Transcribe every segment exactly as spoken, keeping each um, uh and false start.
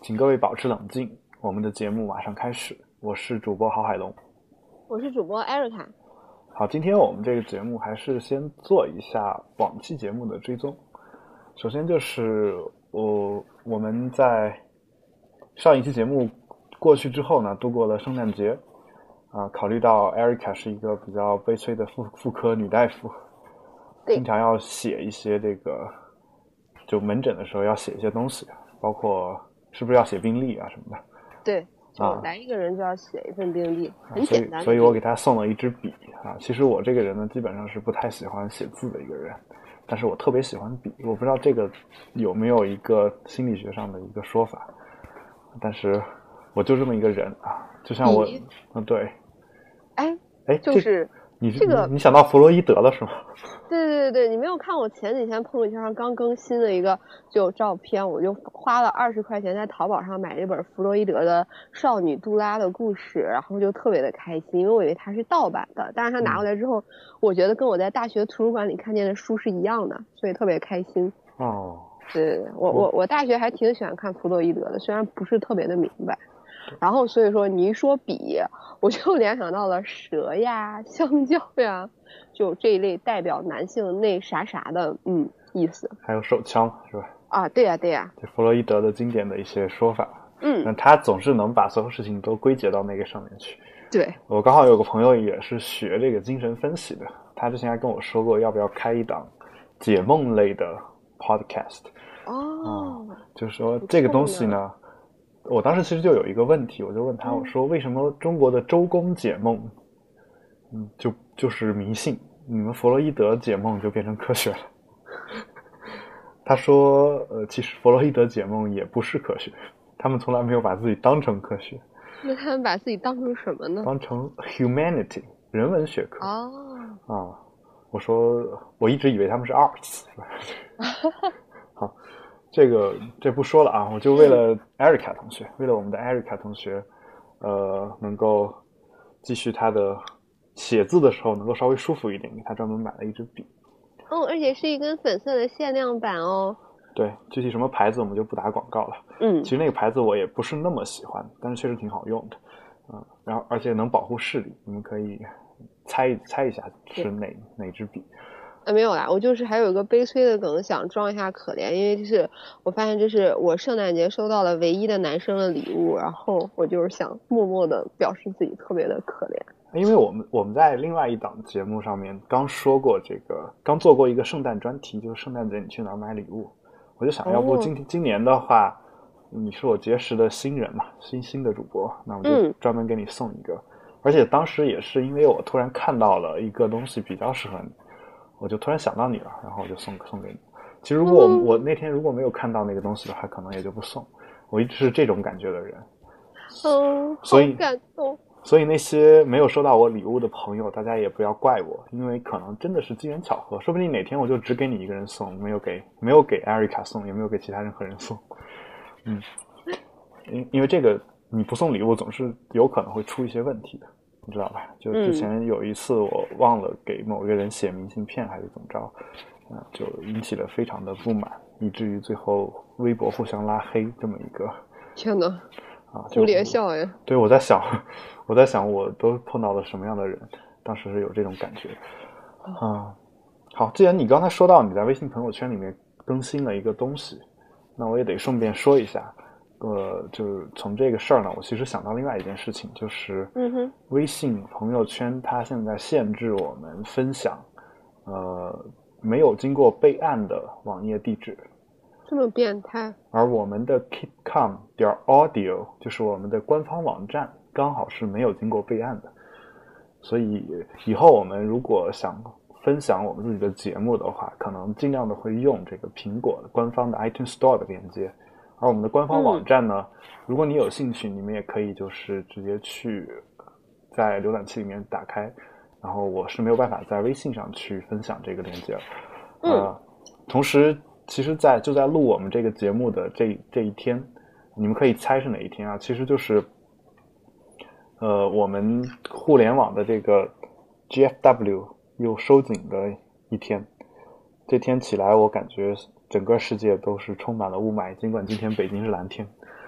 请各位保持冷静，我们的节目马上开始。我是主播郝海龙， 我是主播艾瑞卡。 好，今天我们这个节目还是先做一下往期节目的追踪。首先就是我我们在上一期节目过去之后呢，度过了圣诞节啊、呃。考虑到 Erica 是一个比较悲催的妇妇科女大夫，经常要写一些这个，就门诊的时候要写一些东西，包括是不是要写病历啊什么的。 对，就来一个人就要写一份病历，啊、很简单的。 所以，所以我给他送了一支笔啊。其实我这个人呢，基本上是不太喜欢写字的一个人，但是我特别喜欢笔。我不知道这个有没有一个心理学上的一个说法，但是我就这么一个人啊。就像我，嗯，对， 哎哎， 就是你这个， 你想到弗洛伊德了是吗？ 对对对对，你没有看我前几天朋友圈上刚更新的一个就照片，我就花了二十块钱在淘宝上买了一本弗洛伊德的《少女杜拉的故事》，然后就特别的开心，因为我以为它是盗版的，但是它拿过来之后，嗯、我觉得跟我在大学图书馆里看见的书是一样的，所以特别开心。 哦， 对，我我我大学还挺喜欢看弗洛伊德的，虽然不是特别的明白。然后所以说你一说笔，我就联想到了蛇呀、香蕉呀，就这一类代表男性那啥啥的嗯意思。 还有手枪是吧？ 啊，对呀对呀， 这弗洛伊德的经典的一些说法。 嗯， 那他总是能把所有事情都归结到那个上面去。 对， 我刚好有个朋友也是学这个精神分析的，他之前还跟我说过要不要开一档解梦类的 podcast。 哦、 嗯，就是说这个东西呢，我当时其实就有一个问题，我就问他，我说为什么中国的周公解梦，嗯，就就是迷信，你们弗洛伊德解梦就变成科学了？他说，呃，其实弗洛伊德解梦也不是科学，他们从来没有把自己当成科学。 那他们把自己当成什么呢？ 当成 humanity 人文学科。 哦， 啊，我说我一直以为他们是 arts 是吧？好。这个这不说了啊，我就为了 Erica 同学，为了我们的 Erica 同学，呃，能够继续他的写字的时候能够稍微舒服一点，给他专门买了一支笔。 哦，而且是一根粉色的限量版哦。 对，具体什么牌子我们就不打广告了。 嗯， 其实那个牌子我也不是那么喜欢，但是确实挺好用的，嗯，然后而且能保护视力，你们可以猜猜一下是哪哪支笔。 啊，没有啦，我就是还有一个悲催的梗想装一下可怜，因为就是我发现这是我圣诞节收到了唯一的男生的礼物，然后我就是想默默的表示自己特别的可怜。 因为我们我们在另外一档节目上面刚说过这个，刚做过一个圣诞专题，就是圣诞节你去哪儿买礼物，我就想要不今、哦、今年的话，你是我结识的新人嘛，新新的主播，那我就专门给你送一个、嗯、而且当时也是因为我突然看到了一个东西比较适合你，我就突然想到你了，然后我就送送给你。其实如果我、嗯、我那天如果没有看到那个东西的话，可能也就不送。我一直是这种感觉的人。 嗯， 所以好感动。 所以那些没有收到我礼物的朋友，大家也不要怪我，因为可能真的是机缘巧合，说不定哪天我就只给你一个人送，没有给没有给 Erica 送，也没有给其他任何人送。嗯，因因为这个你不送礼物总是有可能会出一些问题的。你知道吧？就之前有一次我忘了给某一个人写明信片还是怎么着，啊、呃，就引起了非常的不满，以至于最后微博互相拉黑这么一个。 天哪！ 啊， 蝴蝶笑哎！ 对，我在想，我在想我都碰到了什么样的人，当时是有这种感觉。啊，好，既然你刚才说到你在微信朋友圈里面更新了一个东西，那我也得顺便说一下。呃，就是从这个事儿呢，我其实想到另外一件事情，就是微信朋友圈它现在限制我们分享，呃，没有经过备案的网页地址。 这么变态。 而我们的 keepcom 点 audio 就是我们的官方网站，刚好是没有经过备案的。所以以后我们如果想分享我们自己的节目的话，可能尽量的会用这个苹果的官方的 iTunes Store 的链接。而我们的官方网站呢、嗯、如果你有兴趣，你们也可以就是直接去在浏览器里面打开，然后我是没有办法在微信上去分享这个链接了。 嗯、 呃，同时其实在就在录我们这个节目的这这一天，你们可以猜是哪一天啊？其实就是呃我们互联网的这个 G F W 又收紧的一天。这天起来我感觉整个世界都是充满了雾霾，尽管今天北京是蓝天。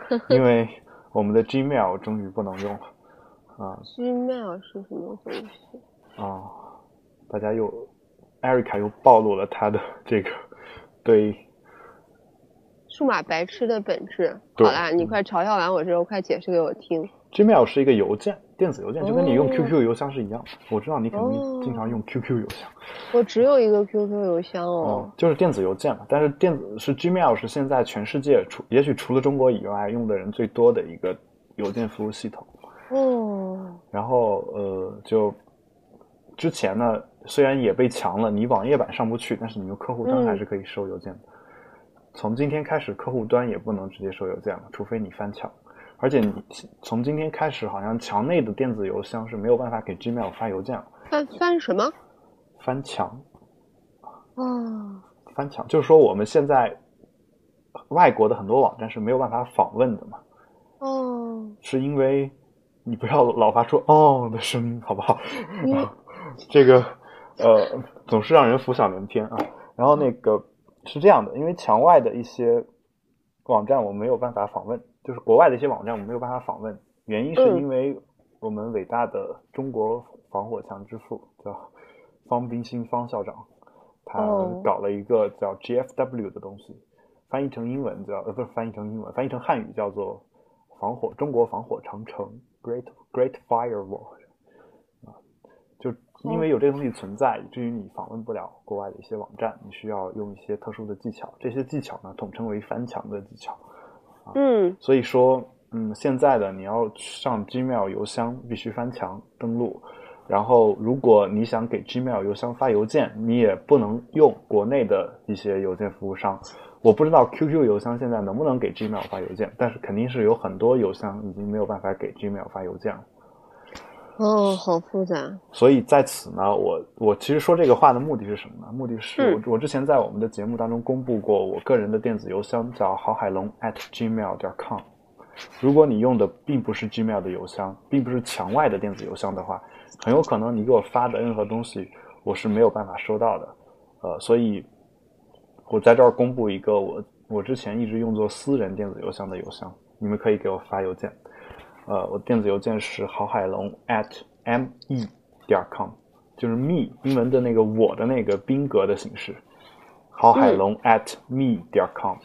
因为我们的 Gmail 终于不能用了啊。 Gmail 是什么东西？ 啊，大家又 Erica 又暴露了她的这个对数码白痴的本质。好啦，你快嘲笑完我之后，快解释给我听。 Gmail 是一个邮件，电子邮件，就跟你用 Q Q 邮箱是一样的。哦、我知道你肯定经常用 Q Q 邮箱。 我只有一个 Q Q 邮箱哦。 嗯，就是电子邮件嘛。但是电子是 Gmail 是现在全世界除也许除了中国以外用的人最多的一个邮件服务系统。 哦。 然后呃，就之前呢，虽然也被强了，你网页版上不去，但是你用客户端还是可以收邮件的。嗯、从今天开始，客户端也不能直接收邮件了，除非你翻墙。而且你从今天开始，好像墙内的电子邮箱是没有办法给 Gmail 发邮件了。 翻翻什么？ 翻墙。 哦。 翻墙就是说我们现在外国的很多网站是没有办法访问的嘛。 哦。 是因为你不要老发出哦的声音，好不好？嗯、这个呃总是让人浮想联翩啊。然后那个是这样的，因为墙外的一些网站我们没有办法访问。就是国外的一些网站我们没有办法访问，原因是因为我们伟大的中国防火墙之父叫方冰心方校长，他搞了一个叫 G F W 的东西，翻译成英文叫呃不是翻译成英文，翻译成汉语叫做防火中国防火长城 Great Great Firewall 啊，就因为有这个东西存在，以至于你访问不了国外的一些网站，你需要用一些特殊的技巧，这些技巧呢统称为翻墙的技巧。 嗯， 所以说，嗯，现在的你要上 Gmail 邮箱必须翻墙登录，然后如果你想给 Gmail 邮箱发邮件，你也不能用国内的一些邮件服务商。我不知道 Q Q 邮箱现在能不能给 Gmail 发邮件，但是肯定是有很多邮箱已经没有办法给 Gmail 发邮件了。 哦，好复杂。 所以在此呢，我我其实说这个话的目的是什么呢？目的是我、嗯、我之前在我们的节目当中公布过我个人的电子邮箱叫郝海龙 at gmail 点 com。如果你用的并不是 Gmail 的邮箱，并不是墙外的电子邮箱的话，很有可能你给我发的任何东西我是没有办法收到的。呃，所以我在这儿公布一个我我之前一直用作私人电子邮箱的邮箱，你们可以给我发邮件。呃，我电子邮件是郝海龙 at me 点 com， 就是 me 英文的那个我的那个宾格的形式，郝海龙 at me 点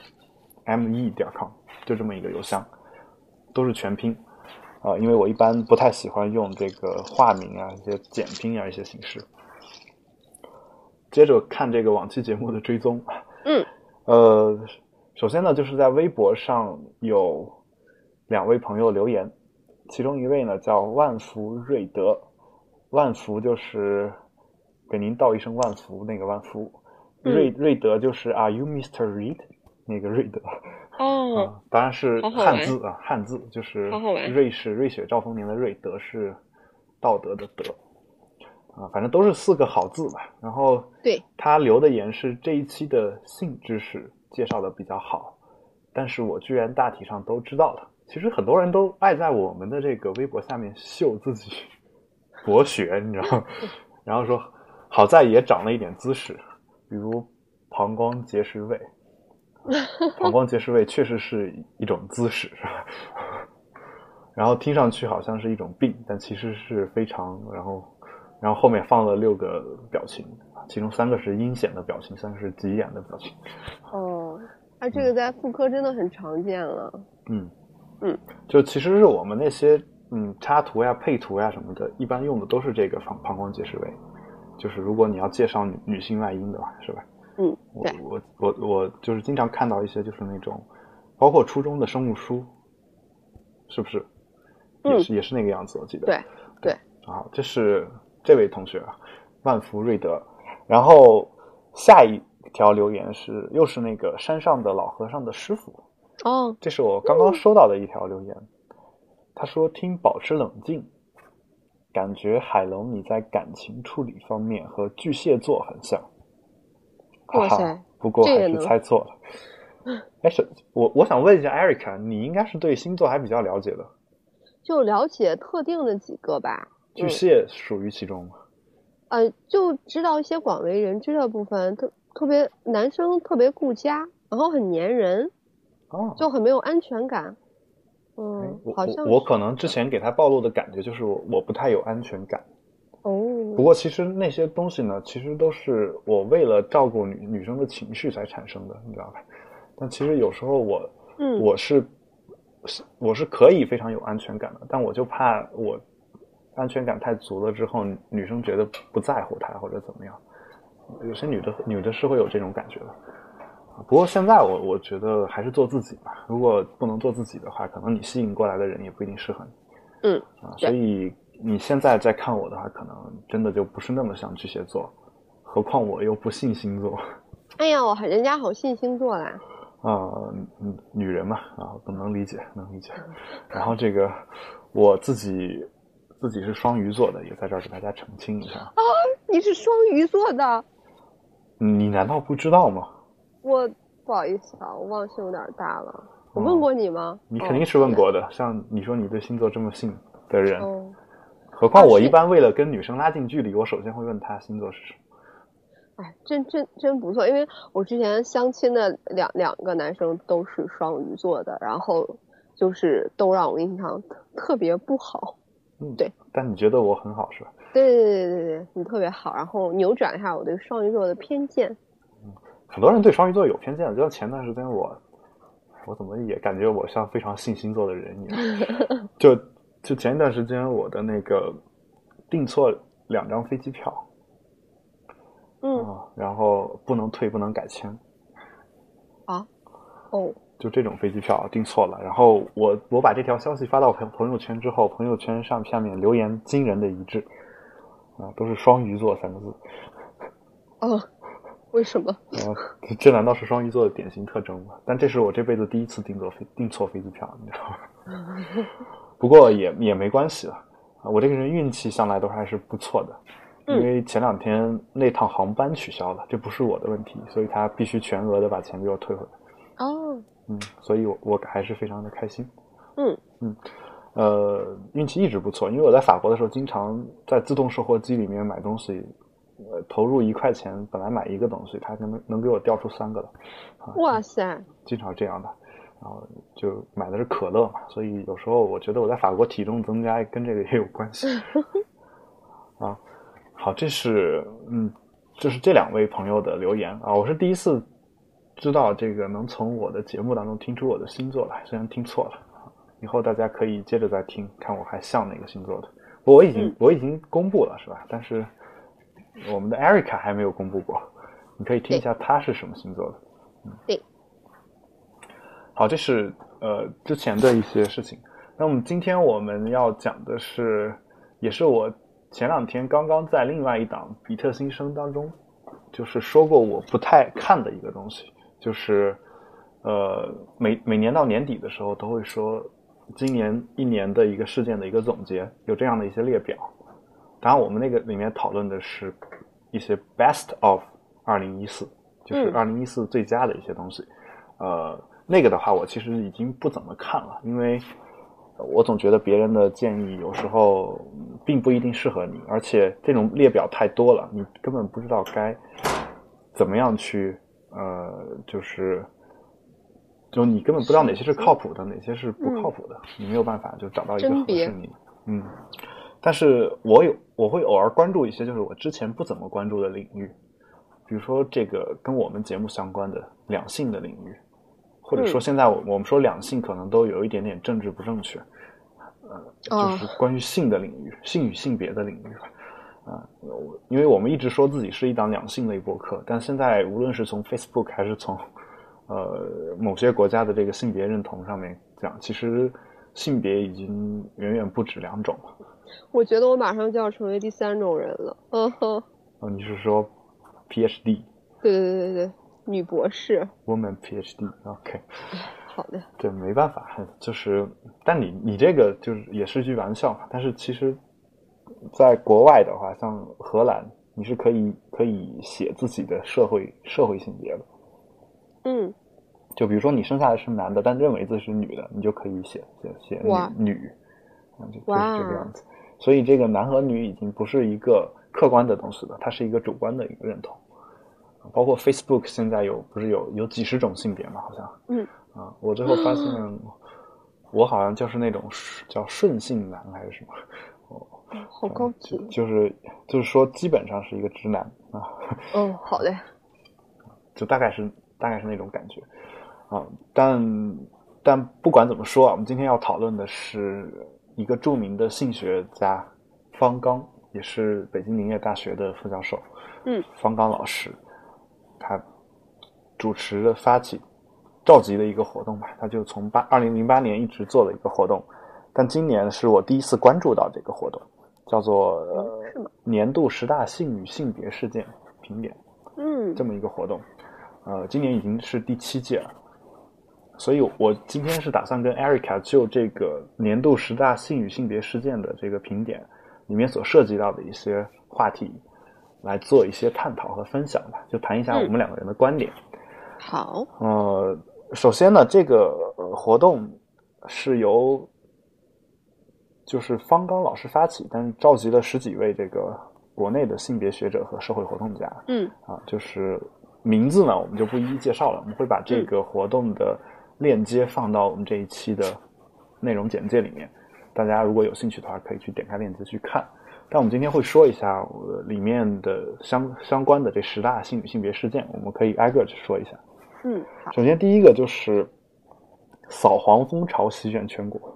com，me 点 com， 就这么一个邮箱，都是全拼啊、呃，因为我一般不太喜欢用这个化名啊、一些简拼啊一些形式。接着看这个往期节目的追踪， 嗯， 呃，首先呢，就是在微博上有两位朋友留言。其中一位呢叫万福瑞德，万福就是给您道一声万福那个万福，瑞、嗯、瑞德就是 Are you Mister Reed 那个瑞德。 哦、 啊，当然是汉字啊，汉字就是瑞是瑞雪兆丰年的瑞，德是道德的德啊，反正都是四个好字吧。然后对他留的言是这一期的性知识介绍的比较好，但是我居然大体上都知道了。其实很多人都爱在我们的这个微博下面秀自己博学，你知道吗？然后说好在也长了一点姿势，比如膀胱结石位，膀胱结石位确实是一种姿势，是吧？然后听上去好像是一种病，但其实是非常，然后然后后面放了六个表情，其中三个是阴险的表情，三个是急眼的表情。 哦，它这个在妇科真的很常见了。 嗯。 嗯， 就其实是我们那些嗯插图呀、配图呀什么的，一般用的都是这个膀膀胱结石位。就是如果你要介绍女女性外阴的话，是吧？ 嗯， 我我我我就是经常看到一些就是那种，包括初中的生物书，是不是？也是、嗯、也是那个样子，我记得。 对对。 啊，这是这位同学万福瑞德，然后下一条留言是又是那个山上的老和尚的师傅。 哦， 这是我刚刚收到的一条留言。嗯、他说听保持冷静，感觉海龙你在感情处理方面和巨蟹座很像。 哇塞， 不过还是猜错了。哎，是我我想问一下 Erica， 你应该是对星座还比较了解的。 就了解特定的几个吧。 巨蟹属于其中吗？ 嗯、呃，就知道一些广为人知的部分，特特别男生特别顾家，然后很粘人。 哦， 就很没有安全感。 嗯， 我好像我我可能之前给他暴露的感觉就是我我不太有安全感。 哦， 不过其实那些东西呢，其实都是我为了照顾女女生的情绪才产生的，你知道吧？但其实有时候我， 嗯， 我是我是可以非常有安全感的，但我就怕我安全感太足了之后，女生觉得不在乎她或者怎么样。有些女的女的是会有这种感觉的。不过现在我我觉得还是做自己吧。如果不能做自己的话，可能你吸引过来的人也不一定适合你。 嗯啊，所以你现在在看我的话，可能真的就不是那么像巨蟹座，何况我又不信星座。 哎呀，我人家好信星座啦。 啊，嗯，女人嘛，啊，能理解，能理解。然后这个我自己自己是双鱼座的，也在这儿给大家澄清一下。 啊，你是双鱼座的？ 你难道不知道吗？ 我不好意思啊，我忘性有点大了。我问过你吗？ 你肯定是问过的。哦、像你说你对星座这么信的人， 哦、 何况我一般为了跟女生拉近距离，我首先会问她星座是什么。 哎，真真真不错，因为我之前相亲的两两个男生都是双鱼座的，然后就是都让我印象特别不好。 嗯， 对。 但你觉得我很好是吧？ 对对对对对，你特别好，然后扭转一下我对双鱼座的偏见。 嗯，很多人对双鱼座有偏见的，就像前段时间我，我怎么也感觉我像非常信星座的人一样。就就前一段时间我的那个订错两张飞机票。 嗯、 哦，然后不能退，不能改签。 啊？哦， 就这种飞机票订错了，然后我我把这条消息发到朋朋友圈之后，朋友圈上下面留言惊人的一致，啊，都是双鱼座三个字。 哦，为什么？ 啊，这难道是双鱼座的典型特征吗？但这是我这辈子第一次订错飞订错飞机票，你知道吗？不过也也没关系了，啊，我这个人运气向来都还是不错的。因为前两天那趟航班取消了，这不是我的问题，所以他必须全额的把钱给我退回来。 哦， 嗯，所以我我还是非常的开心。 嗯嗯，呃，运气一直不错，因为我在法国的时候，经常在自动售货机里面买东西，呃，投入一块钱，本来买一个东西，他能能给我调出三个来。啊、 哇塞， 经常这样的。然后就买的是可乐嘛，所以有时候我觉得我在法国体重增加跟这个也有关系。啊。好，这是嗯，这是这两位朋友的留言啊，我是第一次知道这个能从我的节目当中听出我的星座来，虽然听错了，以后大家可以接着再听，看我还像哪个星座的。我已经、嗯、我已经公布了是吧？但是我们的 Erica 还没有公布过，你可以听一下她是什么星座的。嗯， 对。 好，这是呃之前的一些事情。那么今天我们要讲的是，也是我前两天刚刚在另外一档比特新生当中就是说过我不太看的一个东西，就是呃每每年到年底的时候都会说今年一年的一个事件的一个总结，有这样的一些列表。当然我们那个里面讨论的是一些 best of 二零一四，就是二零一四最佳的一些东西。嗯、呃那个的话我其实已经不怎么看了，因为我总觉得别人的建议有时候并不一定适合你，而且这种列表太多了，你根本不知道该怎么样去呃，就是就你根本不知道哪些是靠谱的，哪些是不靠谱的，嗯、你没有办法就找到一个合适你。嗯，但是我有我会偶尔关注一些就是我之前不怎么关注的领域，比如说这个跟我们节目相关的两性的领域。或者说现在我我们说两性可能都有一点点政治不正确，呃，就是关于性的领域， oh. 性与性别的领域吧，啊、呃，因为我们一直说自己是一档两性类播客，但现在无论是从 Facebook 还是从呃某些国家的这个性别认同上面讲，其实性别已经远远不止两种了。 我觉得我马上就要成为第三种人了。嗯哼。 哦，你是说 P H D？ 对对对对对。女博士 ，Woman PhD， OK， 好的， 对，没办法，就是，但你你这个就是也是句玩笑嘛。但是其实，在国外的话，像荷兰，你是可以可以写自己的社会社会性别的。嗯，就比如说你生下来是男的，但认为自己是女的，你就可以写写写女女，啊，就就是这个样子。所以这个男和女已经不是一个客观的东西了，它是一个主观的一个认同。包括 Facebook 现在有不是有有几十种性别嘛？好像，嗯啊，我最后发现， 我好像就是那种叫顺性男还是什么，哦， 好高级， 就就是就是说基本上是一个直男啊。 哦，好嘞， 就大概是大概是那种感觉啊。但但不管怎么说啊，我们今天要讨论的是一个著名的性学家方刚，也是北京林业大学的副教授。 嗯， 方刚老师他主持的发起召集的一个活动吧，他就从八二零零八年一直做了一个活动，但今年是我第一次关注到这个活动，叫做、呃、年度十大性与性别事件评点， 嗯， 这么一个活动。呃，今年已经是第七届了，所以我今天是打算跟 Erica 就这个年度十大性与性别事件的这个评点里面所涉及到的一些话题来做一些探讨和分享吧，就谈一下我们两个人的观点。 嗯、好， 呃，首先呢，这个、呃、活动是由就是方刚老师发起，但是召集了十几位这个国内的性别学者和社会活动家。 嗯， 啊，就是名字呢，我们就不一一介绍了，我们会把这个活动的链接放到我们这一期的内容简介里面，大家如果有兴趣的话，可以去点开链接去看。但我们今天会说一下、呃、里面的相相关的这十大性与性别事件，我们可以挨个去说一下。 嗯，好。 首先第一个就是扫黄风潮席卷全国。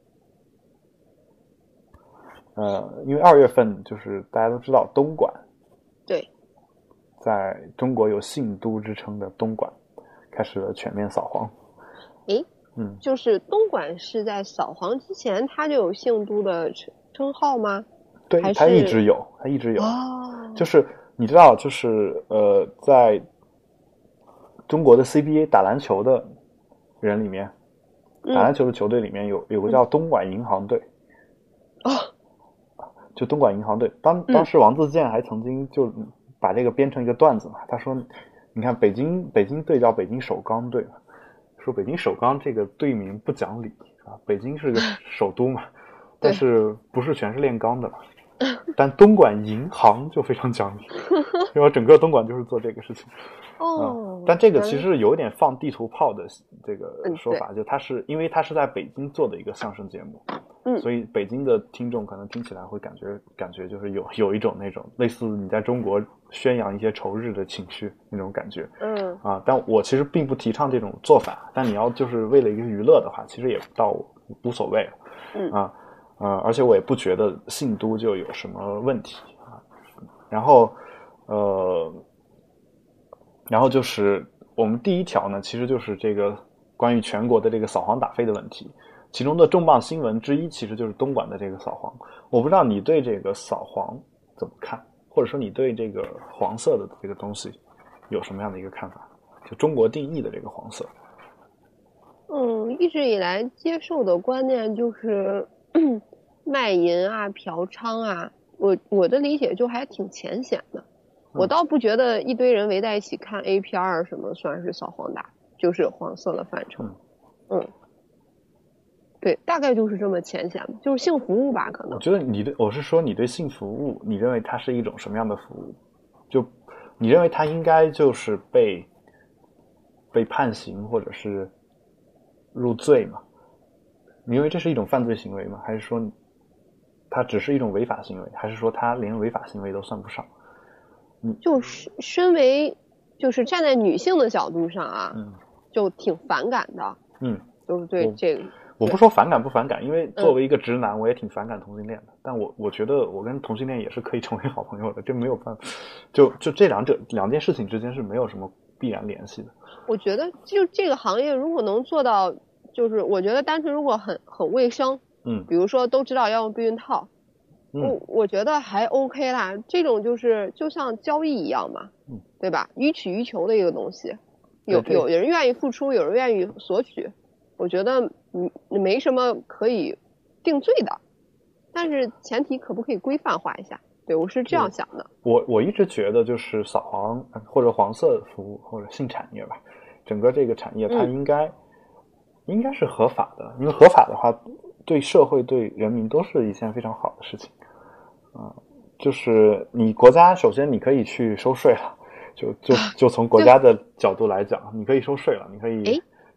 呃，因为二月份就是大家都知道东莞， 对， 在中国有性都之称的东莞开始了全面扫黄。 诶， 嗯， 就是东莞是在扫黄之前它就有性都的称号吗？ 对，它一直有，它一直有。 哦， 就是你知道，就是呃，在中国的 C B A 打篮球的人里面，打篮球的球队里面有有个叫东莞银行队。 哦。 就东莞银行队，当当时王自健还曾经就把这个编成一个段子嘛，他说，你看北京北京队叫北京首钢队嘛，说北京首钢这个队名不讲理啊，北京是个首都嘛，但是不是全是炼钢的嘛，但东莞银行就非常讲理，因为整个东莞就是做这个事情。 哦、 嗯，但这个其实有一点放地图炮的这个说法， 嗯、 就它是因为它是在北京做的一个相声节目， 嗯， 所以北京的听众可能听起来会感觉感觉就是有有一种那种类似你在中国宣扬一些仇日的情绪那种感觉， 嗯啊，但我其实并不提倡这种做法，但你要就是为了一个娱乐的话，其实也倒无所谓， 嗯啊呃，而且我也不觉得性都就有什么问题啊，然后呃。然后就是我们第一条呢，其实就是这个关于全国的这个扫黄打非的问题，其中的重磅新闻之一其实就是东莞的这个扫黄。我不知道你对这个扫黄怎么看，或者说你对这个黄色的这个东西有什么样的一个看法，就中国定义的这个黄色。 嗯，一直以来接受的观念就是卖淫啊、嫖娼啊，我我的理解就还挺浅显的。我倒不觉得一堆人围在一起看 A 片儿什么算是扫黄打，就是黄色的范畴。嗯，对，大概就是这么浅显，就是性服务吧，可能。 我觉得你对，我是说你对性服务，你认为它是一种什么样的服务？就你认为它应该就是被被判刑或者是入罪吗？你认为这是一种犯罪行为吗？还是说它只是一种违法行为？还是说它连违法行为都算不上？ 就是身为就是站在女性的角度上啊， 嗯， 就挺反感的。 嗯， 就是对这个， 我不说反感不反感，因为作为一个直男，我也挺反感同性恋的。嗯、但我我觉得我跟同性恋也是可以成为好朋友的，这没有办法。就就这两者两件事情之间是没有什么必然联系的。 我觉得就这个行业如果能做到，就是我觉得单纯如果很很卫生， 嗯， 比如说都知道要用避孕套。我我觉得还 OK 啦，这种就是就像交易一样嘛， 嗯， 对吧？予取予求的一个东西，有有人愿意付出，有人愿意索取，我觉得嗯没什么可以定罪的，但是前提可不可以规范化一下？对，我是这样想的。 我我一直觉得就是扫黄或者黄色服务或者性产业吧，整个这个产业它应该、嗯、应该是合法的，因为合法的话对社会对人民都是一件非常好的事情。啊、嗯，就是你国家首先你可以去收税了，就就就从国家的角度来讲，你可以收税了，你可以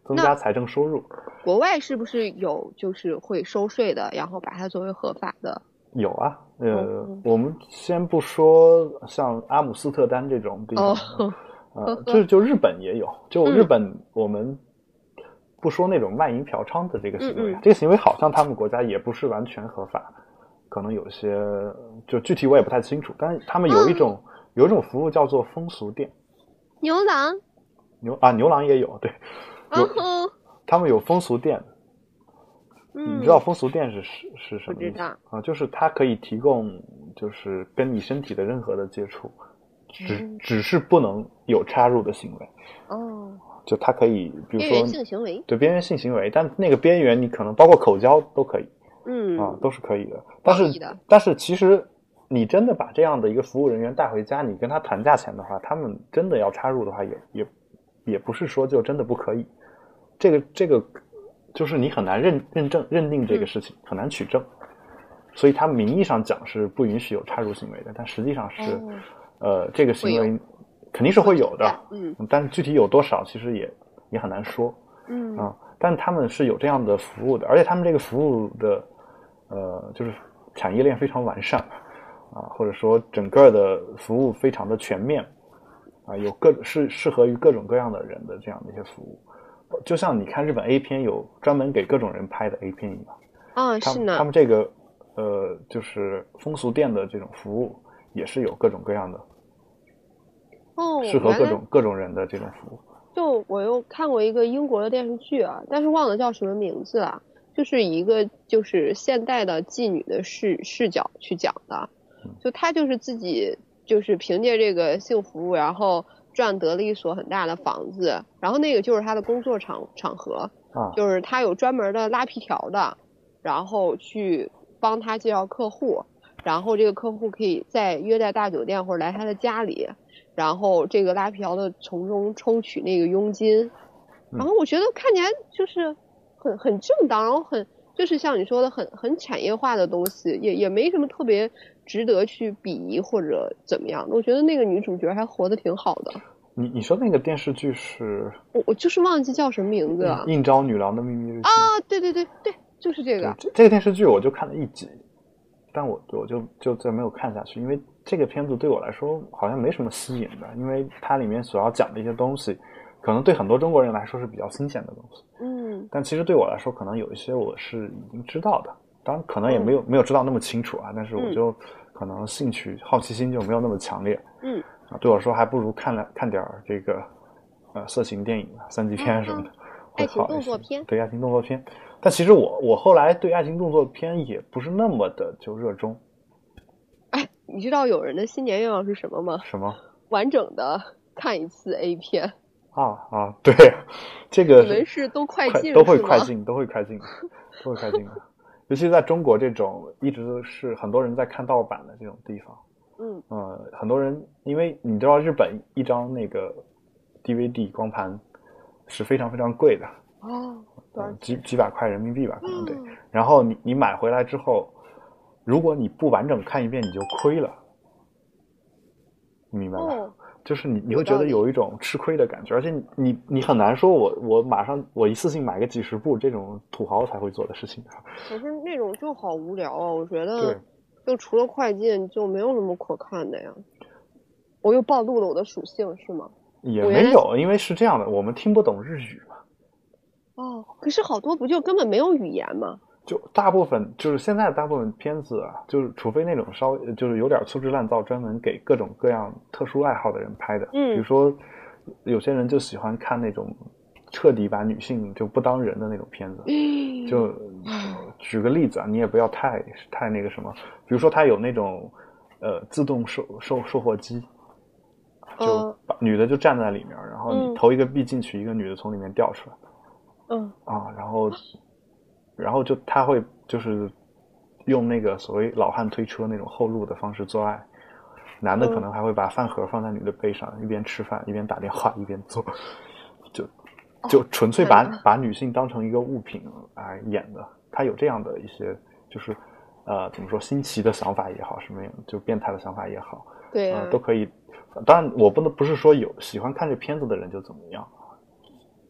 增加财政收入。 国外是不是有就是会收税的，然后把它作为合法的？ 有啊，呃， 嗯、 我们先不说像阿姆斯特丹这种地方， 哦、 呃，就就日本也有，就日本我们不说那种卖淫嫖娼的这个行为， 嗯嗯这个行为好像他们国家也不是完全合法，可能有些就具体我也不太清楚，但是他们有一种、嗯、有一种服务叫做风俗店。 牛郎牛啊，牛郎也有，对，有、 哦、 他们有风俗店。 嗯， 你知道风俗店是是是什么意思不知道啊？就是它可以提供，就是跟你身体的任何的接触，只、嗯、只是不能有插入的行为。 哦， 就它可以，比如说边缘性行为， 对边缘性行为，但那个边缘你可能包括口交都可以， 嗯啊，都是可以的。但是但是其实你真的把这样的一个服务人员带回家，你跟他谈价钱的话，他们真的要插入的话，也也也不是说就真的不可以。这个这个。就是你很难认认证认定这个事情、嗯、很难取证，所以它名义上讲是不允许有插入行为的，但实际上是、哦、呃这个行为肯定是会有的， 嗯， 但是具体有多少其实也也很难说， 嗯啊，但他们是有这样的服务的，而且他们这个服务的呃就是产业链非常完善啊，或者说整个的服务非常的全面啊，有各是适合于各种各样的人的这样的一些服务。就像你看日本 A 片有专门给各种人拍的 A 片一样， 啊，是呢。 他们这个呃，就是风俗店的这种服务也是有各种各样的， 哦， 适合各种各种人的这种服务。 就我又看过一个英国的电视剧啊，但是忘了叫什么名字啊，就是一个就是现代的妓女的视视角去讲的，就他就是自己就是凭借这个性服务，然后。赚得了一所很大的房子，然后那个就是他的工作场场合， 啊， 就是他有专门的拉皮条的，然后去帮他介绍客户，然后这个客户可以再约在大酒店或者来他的家里，然后这个拉皮条的从中抽取那个佣金，然后我觉得看起来就是很很正当，然后很就是像你说的很很产业化的东西，也也没什么特别值得去鄙夷或者怎么样。我觉得那个女主角还活得挺好的。 你你说那个电视剧是？ 我我就是忘记叫什么名字了。 应招女郎的秘密日记。 啊，对对对对，就是这个。 这这个电视剧我就看了一集，但我我就就再没有看下去，因为这个片子对我来说好像没什么吸引的，因为它里面所要讲的一些东西，可能对很多中国人来说是比较新鲜的东西。 嗯。 但其实对我来说，可能有一些我是已经知道的，当然可能也没有、嗯、没有知道那么清楚啊，但是我就可能兴趣、嗯、好奇心就没有那么强烈。 嗯。 啊，对我说还不如看了看点这个呃色情电影、三级片什么的， 嗯、爱情动作片。 对，爱情动作片。但其实我我后来对爱情动作片也不是那么的就热衷。 哎，你知道有人的新年愿望是什么吗？ 什么？完整的看一次 A 片。 啊啊，对，这个你们是都快进， 都会快进，都会快进，都会快进的。尤其在中国这种一直是很多人在看盗版的这种地方， 嗯呃，很多人因为你知道日本一张那个 D V D 光盘是非常非常贵的哦， 呃、几几百块人民币吧，可能对。嗯、然后你你买回来之后，如果你不完整看一遍，你就亏了，你明白吧？ 哦， 就是你你会觉得有一种吃亏的感觉，而且你你很难说我我马上我一次性买个几十部这种土豪才会做的事情。 可是那种就好无聊啊，我觉得就除了快进就没有什么可看的呀。我又暴露了我的属性是吗？ 也没有，因为是这样的，我们听不懂日语嘛。 哦，可是好多不就根本没有语言吗？ 就大部分就是现在大部分片子啊，就是除非那种稍微就是有点粗制滥造，专门给各种各样特殊爱好的人拍的。 嗯， 比如说有些人就喜欢看那种彻底把女性就不当人的那种片子。 嗯， 就举个例子啊，你也不要太太那个什么，比如说他有那种呃自动售售售货机，就把女的就站在里面，然后你投一个币进去，一个女的从里面掉出来。 嗯啊，然后。然后就他会就是用那个所谓老汉推车那种后路的方式做爱，男的可能还会把饭盒放在女的背上，一边吃饭一边打电话一边做，就就纯粹把、哦、把女性当成一个物品来演的。他有这样的一些就是呃怎么说新奇的想法也好，什么就变态的想法也好， 对啊、 呃、都可以。当然我不能不是说有喜欢看这片子的人就怎么样。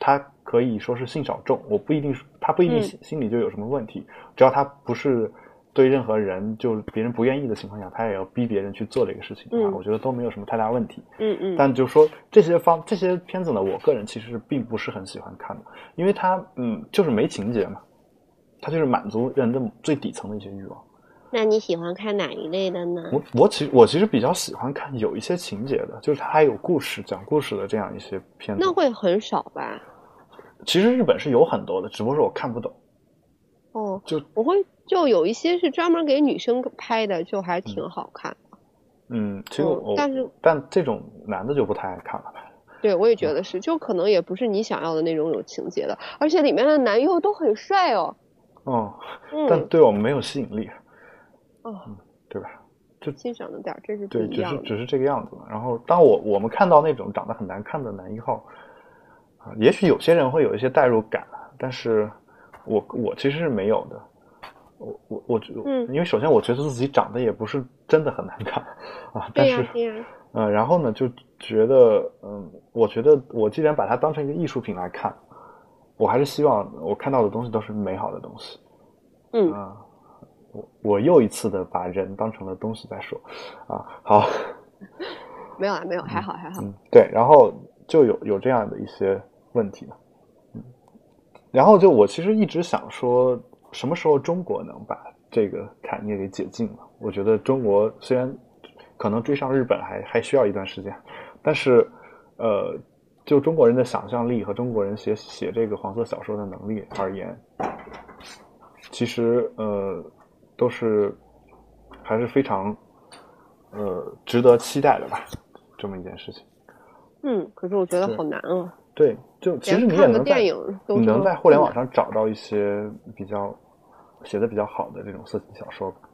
他可以说是性小众，我不一定他不一定心心里就有什么问题，嗯、只要他不是对任何人就别人不愿意的情况下，他也要逼别人去做这个事情的话，嗯、我觉得都没有什么太大问题。 嗯嗯。 但就是说这些方这些片子呢，我个人其实并不是很喜欢看的，因为它嗯就是没情节嘛，它就是满足人的最底层的一些欲望。 那你喜欢看哪一类的呢？ 我我其实我其实比较喜欢看有一些情节的，就是它还有故事讲故事的这样一些片子。 那会很少吧？ 其实日本是有很多的，只不过是我看不懂。 哦， 就我会就有一些是专门给女生拍的，就还挺好看的。 嗯，其实我、哦、 但是但这种男的就不太爱看了吧？ 对，我也觉得是，就可能也不是你想要的那种有情节的，而且里面的男优都很帅哦。 哦， 嗯、 但对我们没有吸引力。 哦、 嗯，对吧？就欣赏的点真是不对， 一样的。 只是只是这个样子。然后，当我我们看到那种长得很难看的男一号，啊、呃，也许有些人会有一些代入感，但是我我其实是没有的。我我我，嗯，因为首先我觉得自己长得也不是真的很难看啊，但是， 对呀、对呀、 呃，然后呢，就觉得，嗯，我觉得我既然把它当成一个艺术品来看，我还是希望我看到的东西都是美好的东西。 嗯。 啊、呃。我我又一次的把人当成了东西在说，啊，好， 没有啊，没有，还好还好。 嗯，对，然后就有有这样的一些问题嘛，嗯，然后就我其实一直想说，什么时候中国能把这个产业给解禁了？我觉得中国虽然可能追上日本还还需要一段时间，但是呃，就中国人的想象力和中国人写写这个黄色小说的能力而言，其实呃。都是还是非常呃值得期待的吧，这么一件事情。 嗯，可是我觉得好难哦。 对，就其实你也能在你能在互联网上找到一些比较写的比较好的这种色情小说吧。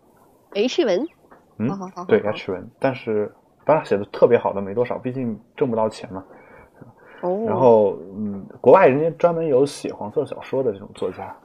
H 文， 嗯， 好好好好对 H 文，但是当然写的特别好的没多少，毕竟挣不到钱嘛。 哦。 然后嗯，国外人家专门有写黄色小说的这种作家。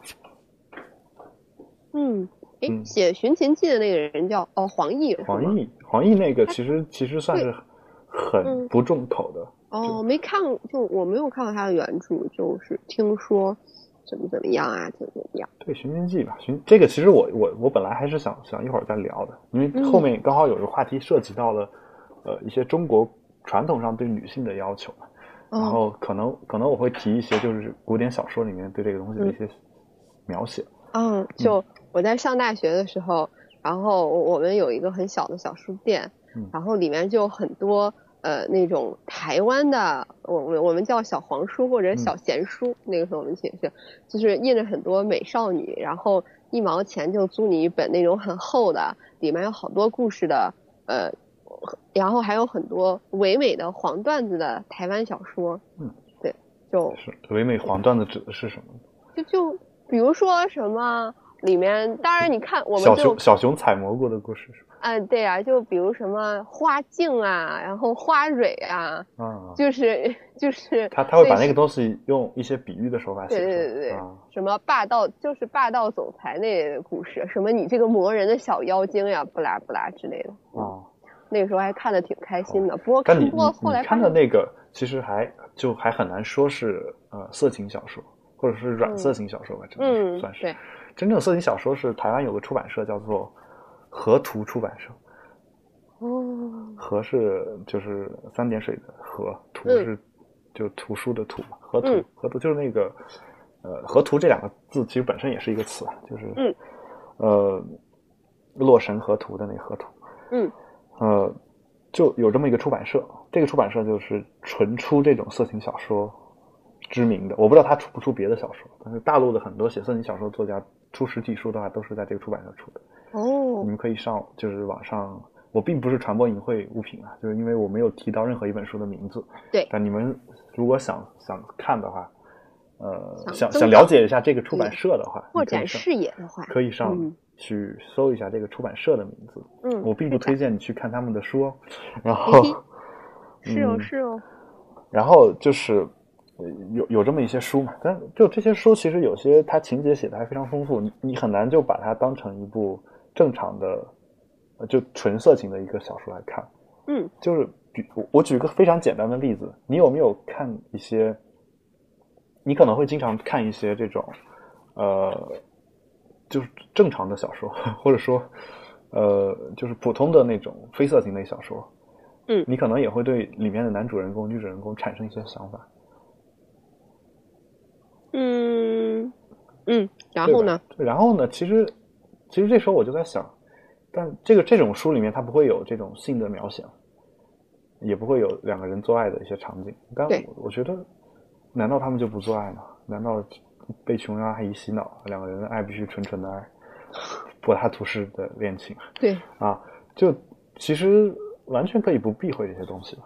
嗯。哎，写《寻秦记》的那个人叫哦黄奕， 黄奕，黄奕那个其实其实算是很不重口的。 嗯、哦，没看，就我没有看过他的原著，就是听说怎么怎么样啊，怎么怎么样。 对，《寻秦记》吧，寻这个其实我我我本来还是想想一会儿再聊的，因为后面刚好有个话题涉及到了、嗯、呃一些中国传统上对女性的要求，然后可能、哦、可能我会提一些就是古典小说里面对这个东西的一些描写。 嗯，就我在上大学的时候，然后我们有一个很小的小书店， 嗯、 然后里面就很多呃那种台湾的，我们我们叫小黄书或者小闲书，嗯、那个时候我们解释，就是印了很多美少女，然后一毛钱就租你一本那种很厚的，里面有好多故事的，呃，然后还有很多唯美的黄段子的台湾小说。 嗯， 对，就是唯美黄段子指的是什么？ 就就。比如说什么里面，当然你看我们小熊小熊采蘑菇的故事是吧？ 嗯，对啊，就比如什么花茎啊，然后花蕊啊， 啊， 就是就是他他会把那个东西用一些比喻的手法写出来。 对对对对， 啊、 什么霸道就是霸道总裁那类的故事，什么你这个磨人的小妖精呀，不拉不拉之类的。 啊， 那个时候还看得挺开心的，不过看不过后来你看的那个其实还就还很难说是呃色情小说。或者是软色情小说吧，真的算是。 嗯、对， 真正色情小说是台湾有个出版社叫做河图出版社。 哦。 河是就是三点水的河，图是、嗯、就图书的图嘛。河图， 嗯、 河图就是那个呃河图这两个字其实本身也是一个词啊，就是嗯呃洛神河图的那个河图。 嗯。 呃，就有这么一个出版社，这个出版社就是纯出这种色情小说。知名的，我不知道他出不出别的小说，但是大陆的很多写色情小说作家出实体书的话，都是在这个出版社出的。 哦， 你们可以上，就是网上，我并不是传播淫秽物品啊，就是因为我没有提到任何一本书的名字。 对。 但你们如果想想看的话，呃， 想想了解一下这个出版社的话， 扩展视野的话， 可以上去搜一下这个出版社的名字。 嗯， 我并不推荐你去看他们的书哦。然后， 是哦，是哦。 然后就是。有有这么一些书嘛，但就这些书其实有些它情节写的还非常丰富，你你很难就把它当成一部正常的就纯色情的一个小说来看。 嗯， 就是比我举一个非常简单的例子，你有没有看一些你可能会经常看一些这种呃，就是正常的小说，或者说呃，就是普通的那种非色情类小说。 嗯， 你可能也会对里面的男主人公、女主人公产生一些想法。 嗯嗯，然后呢？ 然后呢？其实，其实这时候我就在想，但这个这种书里面它不会有这种性的描写，也不会有两个人做爱的一些场景。但我我觉得，难道他们就不做爱吗？难道被琼瑶阿姨洗脑，两个人的爱必须纯纯的爱，柏拉图式的恋情？ 对啊，就其实完全可以不避讳这些东西了。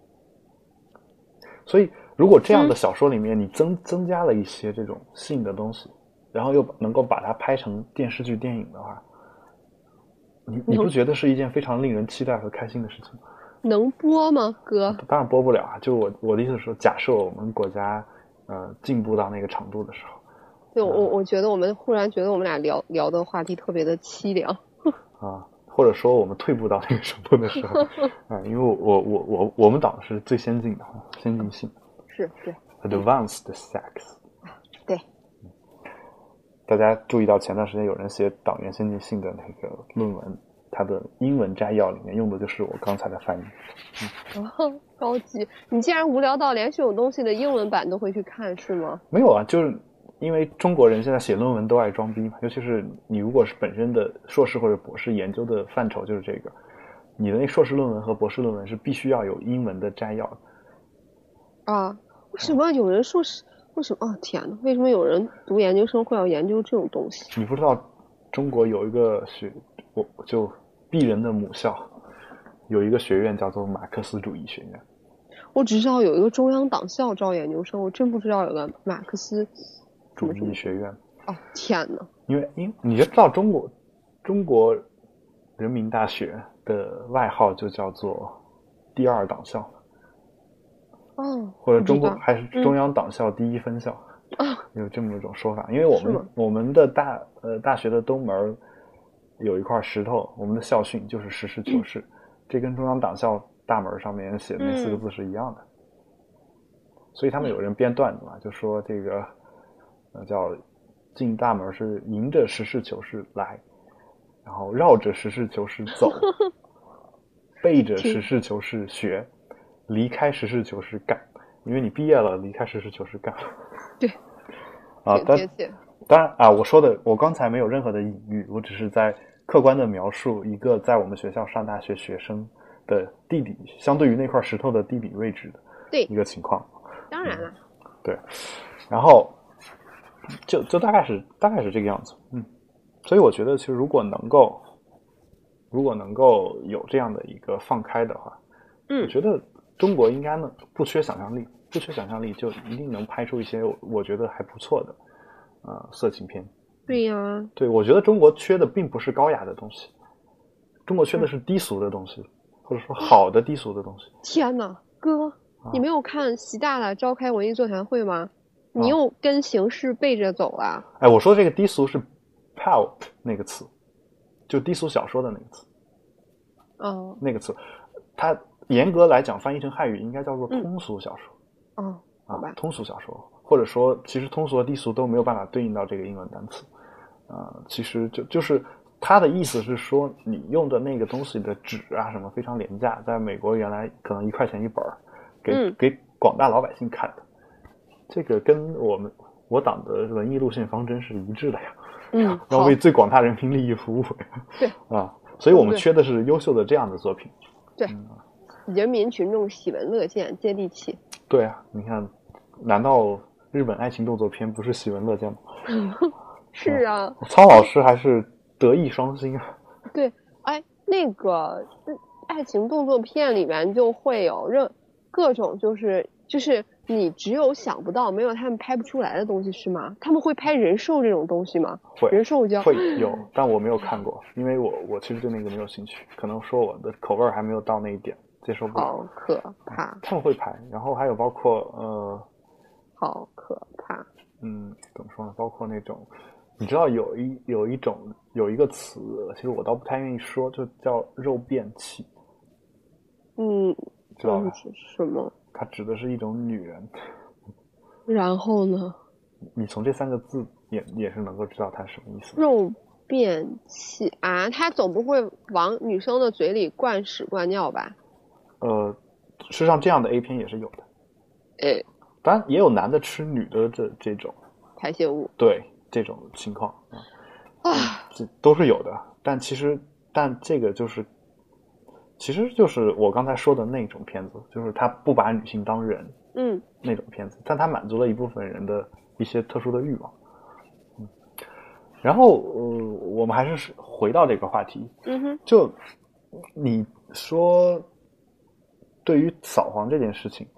所以，如果这样的小说里面你增增加了一些这种性的东西，然后又能够把它拍成电视剧、电影的话，你你不觉得是一件非常令人期待和开心的事情吗？ 能播吗，哥？ 当然播不了啊！就我我的意思是说，假设我们国家呃进步到那个程度的时候， 对我我觉得我们忽然觉得我们俩聊聊的话题特别的凄凉啊，或者说我们退步到那个程度的时候啊，因为我我我我我们党是最先进的，先进性是对 advanced sex。 对， 大家注意到前段时间有人写党员先进性的那个论文，它的英文摘要里面用的就是我刚才的翻译。 嗯、哦，高级！你竟然无聊到连这种东西的英文版都会去看是吗？ 没有啊，就是因为中国人现在写论文都爱装逼嘛，尤其是你如果是本身的硕士或者博士研究的范畴就是这个，你的那硕士论文和博士论文是必须要有英文的摘要的。 啊，为什么有人硕士？为什么？哦天哪！为什么有人读研究生会要研究这种东西？ 你不知道中国有一个学，我就鄙人的母校有一个学院叫做马克思主义学院。 我只知道有一个中央党校招研究生，我真不知道有个马克思主义学院。 哦天哪！ 因为因你就知道中国中国人民大学的外号就叫做第二党校。 哦， 或者中国还是中央党校第一分校，嗯、有这么一种说法。因为我们我们的大呃大学的东门有一块石头，我们的校训就是实事求是，嗯、这跟中央党校大门上面写的那四个字是一样的。嗯、所以他们有人编段子嘛，就说这个呃叫进大门是迎着实事求是来，然后绕着实事求是走，背着实事求是学。离开实事求是干，因为你毕业了，离开实事求是干。 对， 啊，当当然啊，我说的我刚才没有任何的隐喻，我只是在客观的描述一个在我们学校上大学学生的地理，相对于那块石头的地理位置的一个情况。 当然了、 嗯，对，然后就就大概是大概是这个样子，嗯，所以我觉得其实如果能够如果能够有这样的一个放开的话， 嗯， 我觉得。中国应该呢不缺想象力，不缺想象力就一定能拍出一些我觉得还不错的呃色情片。 对呀、啊， 对，我觉得中国缺的并不是高雅的东西，中国缺的是低俗的东西，嗯、或者说好的低俗的东西。 天哪，哥，啊、你没有看习大大召开文艺座谈会吗？你又跟形势背着走啊？ 哎，我说这个低俗是 pulp 那个词，就低俗小说的那个词。 哦， 那个词，它。严格来讲，翻译成汉语应该叫做通俗小说。 嗯、哦，好吧， 啊，通俗小说，或者说，其实通俗和低俗都没有办法对应到这个英文单词。啊、呃，其实就就是它的意思是说，你用的那个东西的纸啊什么非常廉价，在美国原来可能一块钱一本，给、嗯、给广大老百姓看的。这个跟我们我党的文艺路线方针是一致的呀。 嗯， 要为最广大人民利益服务。 对啊，所以我们缺的是优秀的这样的作品。 对。嗯，人民群众喜闻乐见，接地气。 对啊，你看，难道日本爱情动作片不是喜闻乐见吗？ 是啊， 苍老师还是德艺双馨啊。 对，哎，那个爱情动作片里面就会有任各种就是就是你只有想不到，没有他们拍不出来的东西是吗？他们会拍人兽这种东西吗？ 会， 人兽交会有，但我没有看过，因为我我其实对那个没有兴趣，可能说我的口味还没有到那一点。接受不了， 好可怕。 他们会拍，然后还有包括呃， 好可怕。 嗯，怎么说呢？包括那种，你知道有一有一种有一个词，其实我倒不太愿意说，就叫肉便器。 嗯， 知道吧？ 是什么？ 它指的是一种女人。 然后呢？ 你从这三个字也也是能够知道它是什么意思。 肉便器啊，他总不会往女生的嘴里灌屎灌尿吧？ 呃，事实上这样的 A 片也是有的。 诶， 当然也有男的吃女的这这种排泄物。 对这种情况啊， 啊， 这都是有的。但其实，但这个就是，其实就是我刚才说的那种片子，就是他不把女性当人， 嗯， 那种片子，但他满足了一部分人的一些特殊的欲望。嗯，然后呃，我们还是回到这个话题。 嗯哼， 就你说，对于扫黄这件事情。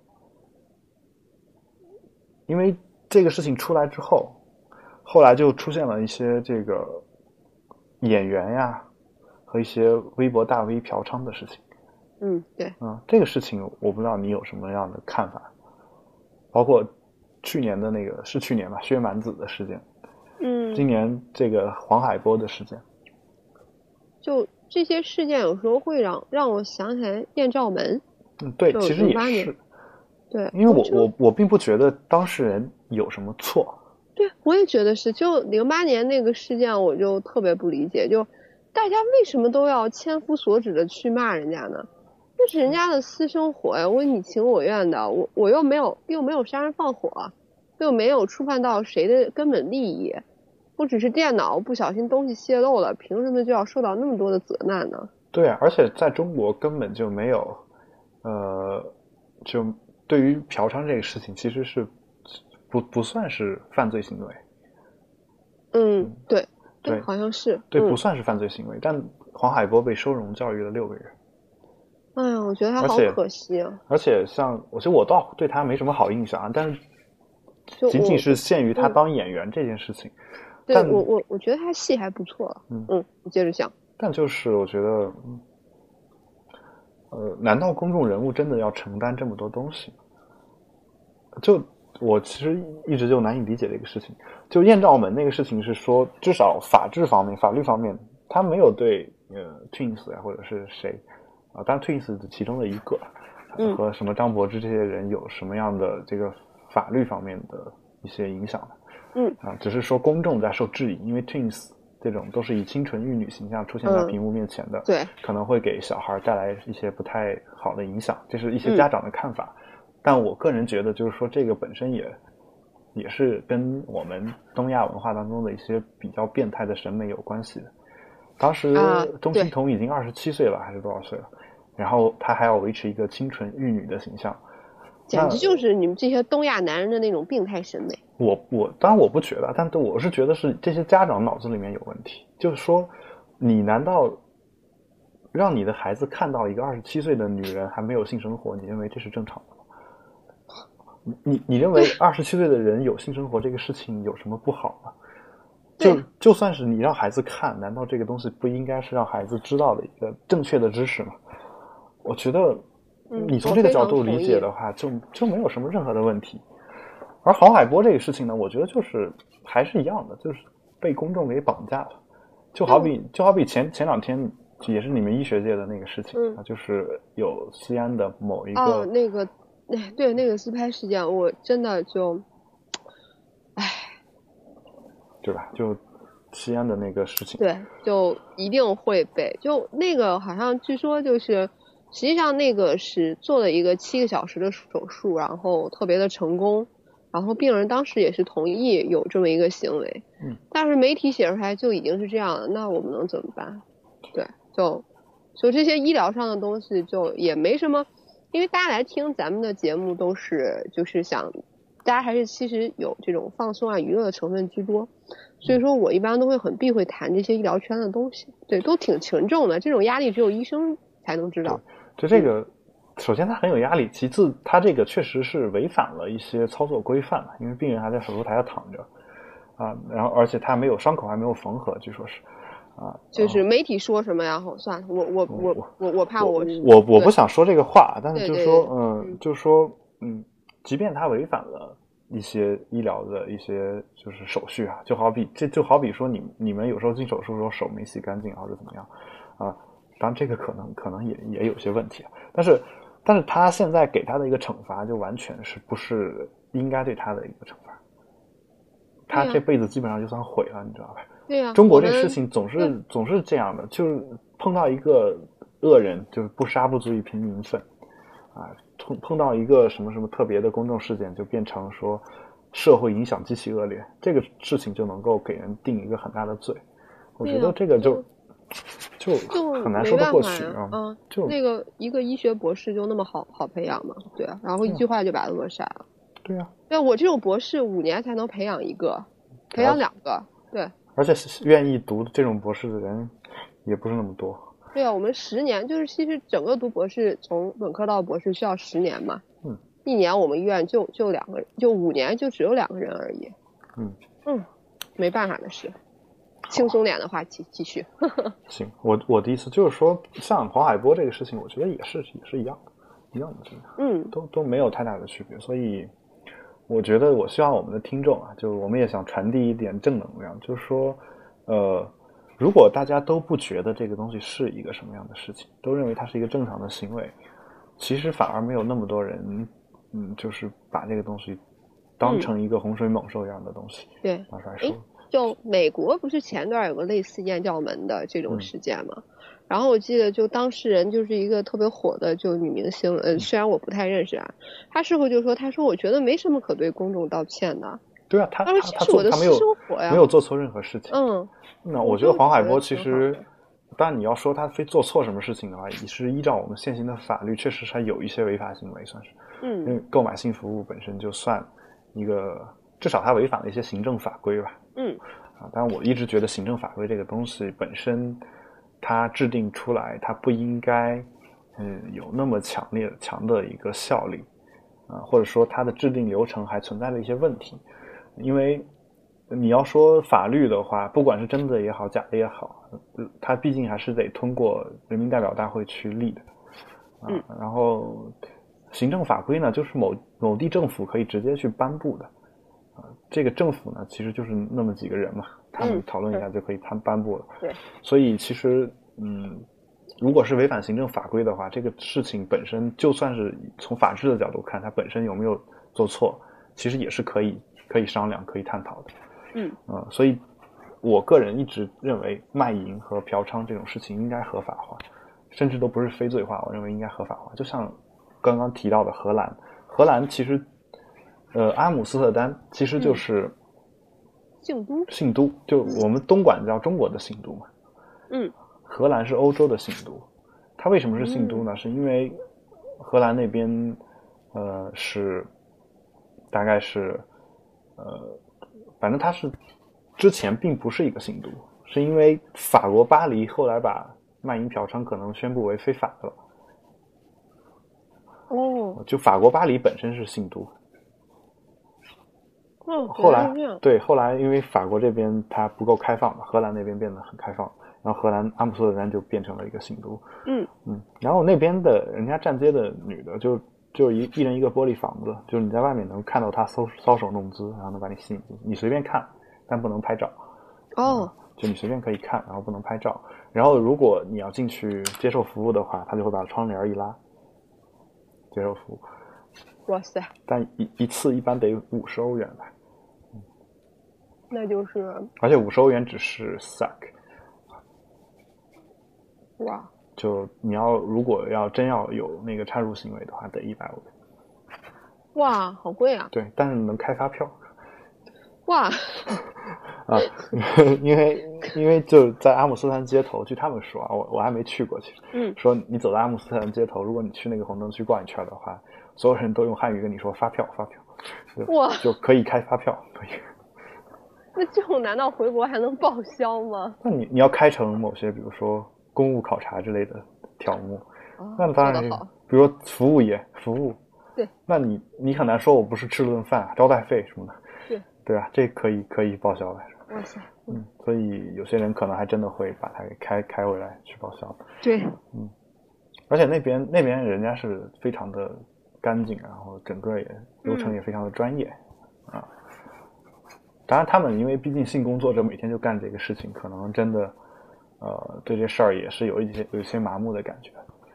因为这个事情出来之后，后来就出现了一些这个演员呀和一些微博大 V 嫖娼的事情。 嗯，对， 嗯，这个事情我不知道你有什么样的看法，包括去年的那个是去年吧，薛蛮子的事件， 嗯， 今年这个黄海波的事件， 就这些事件有时候会让让我想起来艳照门。 嗯，对， 就其实也零八年是， 对， 因为我就我我并不觉得当事人有什么错。 对，我也觉得是。就零八年那个事件，我就特别不理解，就大家为什么都要千夫所指的去骂人家呢？那是人家的私生活呀，我你情我愿的，我我又没有又没有杀人放火，又没有触犯到谁的根本利益，我只是电脑不小心东西泄露了，凭什么就要受到那么多的责难呢？ 对啊，而且在中国根本就没有，呃，就对于嫖娼这个事情，其实是不不算是犯罪行为。 嗯，对， 对， 好像是， 对， 嗯不算是犯罪行为。但黄海波被收容教育了六个月。 哎呀，我觉得他好而且可惜啊。 而且像我觉得我倒对他没什么好印象啊，但是就仅仅我是限于他嗯当演员这件事情。 对但我我我觉得他戏还不错。 嗯嗯，你接着讲。 但就是我觉得，嗯呃，难道公众人物真的要承担这么多东西？就我其实一直就难以理解的一个事情，就艳照门那个事情是说，至少法治方面、法律方面，他没有对呃 Twins 呀或者是谁啊，当然 Twins 是其中的一个， 嗯和什么张柏芝这些人有什么样的这个法律方面的一些影响呢？ 嗯啊，只是说公众在受质疑，因为 Twins 这种都是以清纯玉女形象出现在屏幕面前的， 嗯对， 可能会给小孩带来一些不太好的影响，这是一些嗯家长的看法。但我个人觉得，就是说这个本身也也是跟我们东亚文化当中的一些比较变态的审美有关系的。当时啊钟欣桐已经二十七岁了，还是多少岁了？然后他还要维持一个清纯玉女的形象， 简直就是你们这些东亚男人的那种病态审美。 我我当然我不觉得，但我是觉得是这些家长脑子里面有问题。就是说，你难道让你的孩子看到一个二十七岁的女人还没有性生活，你认为这是正常的吗？你你认为二十七岁的人有性生活这个事情有什么不好吗？就就算是你让孩子看，难道这个东西不应该是让孩子知道的一个正确的知识吗？我觉得你从这个角度理解的话，就就没有什么任何的问题。而黄海波这个事情呢，我觉得就是还是一样的，就是被公众给绑架了。就好比就好比前前两天也是你们医学界的那个事情、 嗯、 啊，就是有西安的某一个哦那个哎对那个自拍事件，我真的就唉， 对吧？就西安的那个事情， 对，就一定会被就那个好像据说就是实际上那个是做了一个七个小时的手术，然后特别的成功。然后病人当时也是同意有这么一个行为， 嗯， 但是媒体写出来就已经是这样了，那我们能怎么办？对，就就这些医疗上的东西就也没什么，因为大家来听咱们的节目都是就是想，大家还是其实有这种放松啊娱乐的成分居多，所以说我一般都会很避讳谈这些医疗圈的东西，对，都挺沉重的，这种压力只有医生才能知道。 就这个。嗯首先，他很有压力；其次，他这个确实是违反了一些操作规范嘛，因为病人还在手术台上躺着，啊，然后而且他没有伤口还没有缝合，据说是，啊， 就是媒体说什么，然后算了，我我我我我怕我我我不想说这个话，但是就是说， 嗯， 嗯，就是说，嗯，即便他违反了一些医疗的一些就是手续啊，就好比这就好比说你你们有时候进手术的时候手没洗干净或者怎么样，啊，当然这个可能可能也也有些问题，但是。但是他现在给他的一个惩罚就完全是不是应该对他的一个惩罚。他这辈子基本上就算毁了，你知道吧？ 对呀、啊， 中国这事情总是总是这样的，就是碰到一个恶人，就是不杀不足以平民愤啊，碰碰到一个什么什么特别的公众事件，就变成说社会影响极其恶劣，这个事情就能够给人定一个很大的罪。我觉得这个就、啊、就就很难说得过去啊。 嗯，就那个一个医学博士就那么好好培养嘛，对啊，然后一句话就把他扼杀了。 对啊， 对啊，我这种博士五年才能培养一个，培养两个，对。 而且愿意读这种博士的人也不是那么多。 对啊，我们十年就是其实整个读博士从本科到博士需要十年嘛， 嗯， 一年我们医院就就两个人，就五年就只有两个人而已， 嗯嗯，没办法的事。轻松点的话题继续。 行，我我的意思就是说，像黄海波这个事情，我觉得也是也是一样的，一样的这个， 嗯， 都都没有太大的区别，所以我觉得我希望我们的听众啊，就是我们也想传递一点正能量，就是说，呃，如果大家都不觉得这个东西是一个什么样的事情，都认为它是一个正常的行为，其实反而没有那么多人，嗯，就是把这个东西当成一个洪水猛兽一样的东西， 嗯、对， 拿出来说。 就美国不是前段有个类似艳照门的这种事件吗？嗯、然后我记得就当事人就是一个特别火的就女明星，呃，虽然我不太认识啊，她事后就说，她说我觉得没什么可对公众道歉的。 对啊，她她说这是我的私生活呀， 没有做错任何事情。 嗯， 那我觉得黄海波其实，当然你要说他非做错什么事情的话，也是依照我们现行的法律，确实还有一些违法行为，算是。 嗯， 因为购买性服务本身就算一个，至少他违反了一些行政法规吧。 嗯， 啊，但我一直觉得行政法规这个东西本身，它制定出来，它不应该，嗯，有那么强烈强的一个效力，啊，或者说它的制定流程还存在了一些问题，因为你要说法律的话，不管是真的也好，假的也好，它毕竟还是得通过人民代表大会去立的，啊， 嗯， 然后行政法规呢，就是某某地政府可以直接去颁布的。这个政府呢，其实就是那么几个人嘛，他们讨论一下就可以颁颁布了。 对， 所以其实，嗯，如果是违反行政法规的话，这个事情本身就算是从法治的角度看，它本身有没有做错，其实也是可以可以商量、可以探讨的。 嗯， 呃，所以我个人一直认为卖淫和嫖娼这种事情应该合法化，甚至都不是非罪化，我认为应该合法化。就像刚刚提到的荷兰，荷兰其实。呃，阿姆斯特丹其实就是姓都， 姓都，就我们东莞叫中国的姓都嘛。 嗯， 荷兰是欧洲的姓都，它为什么是姓都呢？嗯、是因为荷兰那边，呃，是大概是，呃，反正它是之前并不是一个姓都，是因为法国巴黎后来把卖淫嫖娼可能宣布为非法的了。 哦， 就法国巴黎本身是姓都。 哦、 后来对，后来因为法国这边它不够开放嘛，荷兰那边变得很开放，然后荷兰阿姆斯特丹就变成了一个姓都。 嗯嗯，然后那边的人家站街的女的就就一一人一个玻璃房子，就是你在外面能看到她搔搔首弄姿，然后能把你吸引进去，你随便看，但不能拍照。 哦、 嗯，就你随便可以看，然后不能拍照。然后如果你要进去接受服务的话，他就会把窗帘一拉，接受服务。 哇塞！ 但一一次一般得五十欧元吧。 那就是， 而且五十欧元只是 suck。 哇！ 就你要如果要真要有那个插入行为的话，得一百欧元。 哇，好贵啊！ 对，但是能开发票。 哇！ 啊，因为因为就在阿姆斯特丹街头，据他们说啊，我我还没去过，其实， 嗯， 说你走在阿姆斯特丹街头，如果你去那个红灯区逛一圈的话，所有人都用汉语跟你说发票发票， 哇， 就可以开发票，可以。 那这种难道回国还能报销吗？ 那你你要开成某些，比如说公务考察之类的条目， 哦、 那当然，比如说服务业服务， 对， 那你你很难说我不是吃了顿饭招待费什么的， 对对吧？这可以可以报销的。 哇塞， 嗯，所以有些人可能还真的会把它给开开回来去报销。 对， 嗯，而且那边那边人家是非常的干净，然后整个也流程也非常的专业、嗯、啊。当然，他们因为毕竟性工作者每天就干这个事情，可能真的，呃，对这事儿也是有一些有一些麻木的感觉。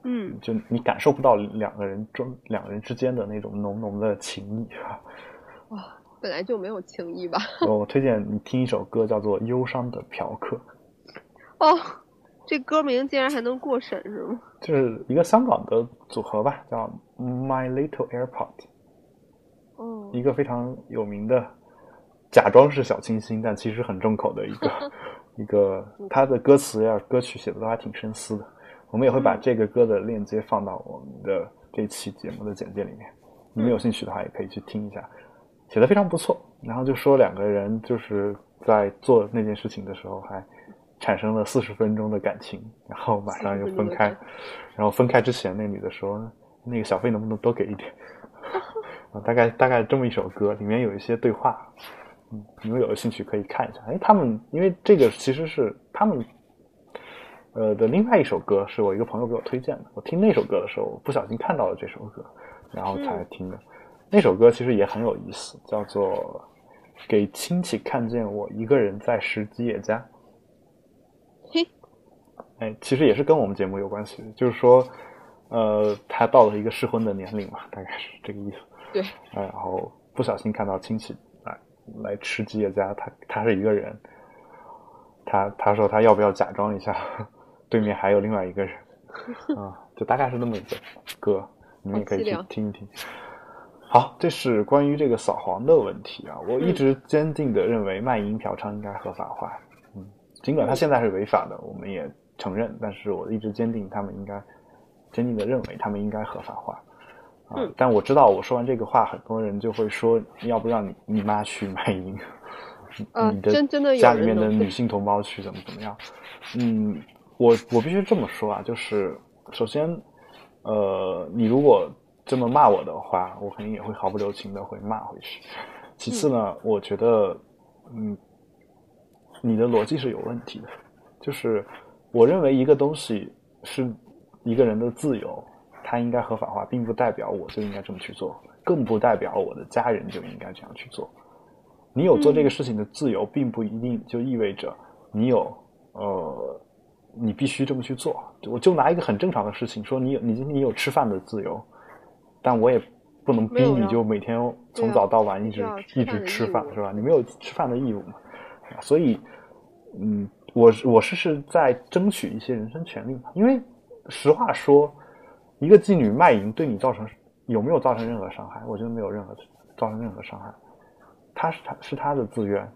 嗯， 就你感受不到两个人中两个人之间的那种浓浓的情谊。 哇、哦，本来就没有情谊吧。 我推荐你听一首歌，叫做《忧伤的嫖客》。 哦，这歌名竟然还能过审是吗？ 就是一个香港的组合吧，叫 My Little Airport。 哦， 一个非常有名的，假装是小清新，但其实很重口的一个一个，他的歌词呀、歌曲写的都还挺深思的。我们也会把这个歌的链接放到我们的这期节目的简介里面，你们有兴趣的话也可以去听一下，写的非常不错。然后就说两个人就是在做那件事情的时候还产生了四十分钟的感情，然后马上又分开。然后分开之前那女的说，那个小费能不能多给一点。大概大概这么一首歌，里面有一些对话，嗯，你们有兴趣可以看一下。哎，他们因为这个其实是他们呃的另外一首歌，是我一个朋友给我推荐的。我听那首歌的时候，不小心看到了这首歌，然后才听的。嗯、那首歌其实也很有意思，叫做《给亲戚看见我一个人在石吉野家》。 嘿， 哎，其实也是跟我们节目有关系的，就是说，呃，他到了一个适婚的年龄嘛，大概是这个意思。 对， 哎，然后不小心看到亲戚来来吃吉野家，他他是一个人，他他说他要不要假装一下，对面还有另外一个人，啊，就大概是那么一个歌，你们也可以去听一听。好，这是关于这个扫黄的问题啊，我一直坚定的认为卖淫嫖娼应该合法化，嗯，尽管它现在是违法的，我们也承认，但是我一直坚定他们应该坚定的认为他们应该合法化。啊、嗯！但我知道我说完这个话，很多人就会说，要不让你你妈去卖淫， 呃、 你的家里面的女性同胞去怎么怎么样？嗯，我我必须这么说啊，就是首先，呃，你如果这么骂我的话，我肯定也会毫不留情的会骂回去。其次呢，嗯、我觉得，嗯，你的逻辑是有问题的，就是我认为一个东西是一个人的自由。它应该合法化，并不代表我就应该这么去做，更不代表我的家人就应该这样去做。你有做这个事情的自由，并不一定就意味着你有呃，你必须这么去做。我就拿一个很正常的事情说，你有你你有吃饭的自由，但我也不能逼你就每天从早到晚一直一直吃饭，是吧？你没有吃饭的义务嘛。所以，嗯，我我是是在争取一些人身权利嘛，因为实话说。一个妓女卖淫对你造成有没有造成任何伤害？我觉得没有任何造成任何伤害，他是他是他的自愿，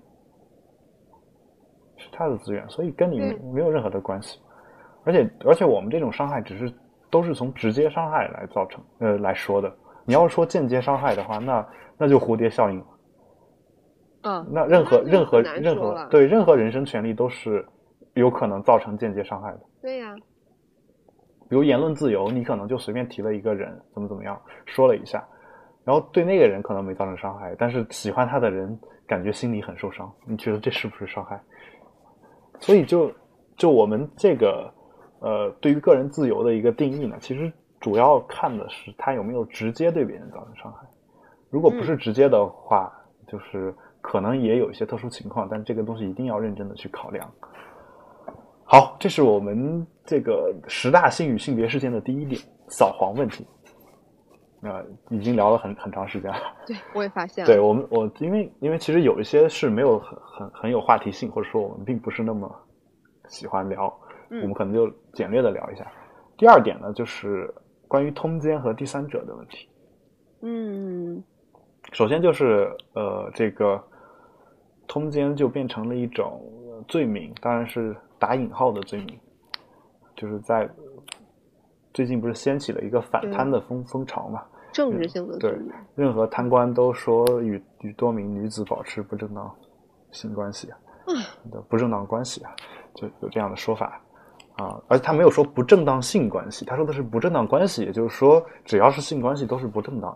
是他的自愿，所以跟你没有任何的关系。而且而且我们这种伤害只是都是从直接伤害来造成呃来说的。你要是说间接伤害的话，那那就蝴蝶效应了。 嗯， 那任何任何任何对任何人身权利都是有可能造成间接伤害的。 对呀、啊。 比如言论自由，你可能就随便提了一个人怎么怎么样说了一下，然后对那个人可能没造成伤害，但是喜欢他的人感觉心里很受伤，你觉得这是不是伤害？所以就就我们这个呃对于个人自由的一个定义呢，其实主要看的是他有没有直接对别人造成伤害。如果不是直接的话，嗯、就是可能也有一些特殊情况，但这个东西一定要认真的去考量。好，这是我们这个十大性与性别事件的第一点，扫黄问题。呃，已经聊了很很长时间了。 对，我也发现了。 对我们，我因为因为其实有一些是没有很很很有话题性，或者说我们并不是那么喜欢聊，嗯、我们可能就简略的聊一下。第二点呢，就是关于通奸和第三者的问题。 嗯， 首先就是呃，这个通奸就变成了一种罪名，当然是打引号的罪名，就是在最近不是掀起了一个反贪的风风潮嘛？ 政治性的罪名。 对，任何贪官都说与与多名女子保持不正当性关系啊，的不正当关系啊，就有这样的说法啊。而且他没有说不正当性关系，他说的是不正当关系，也就是说只要是性关系都是不正当。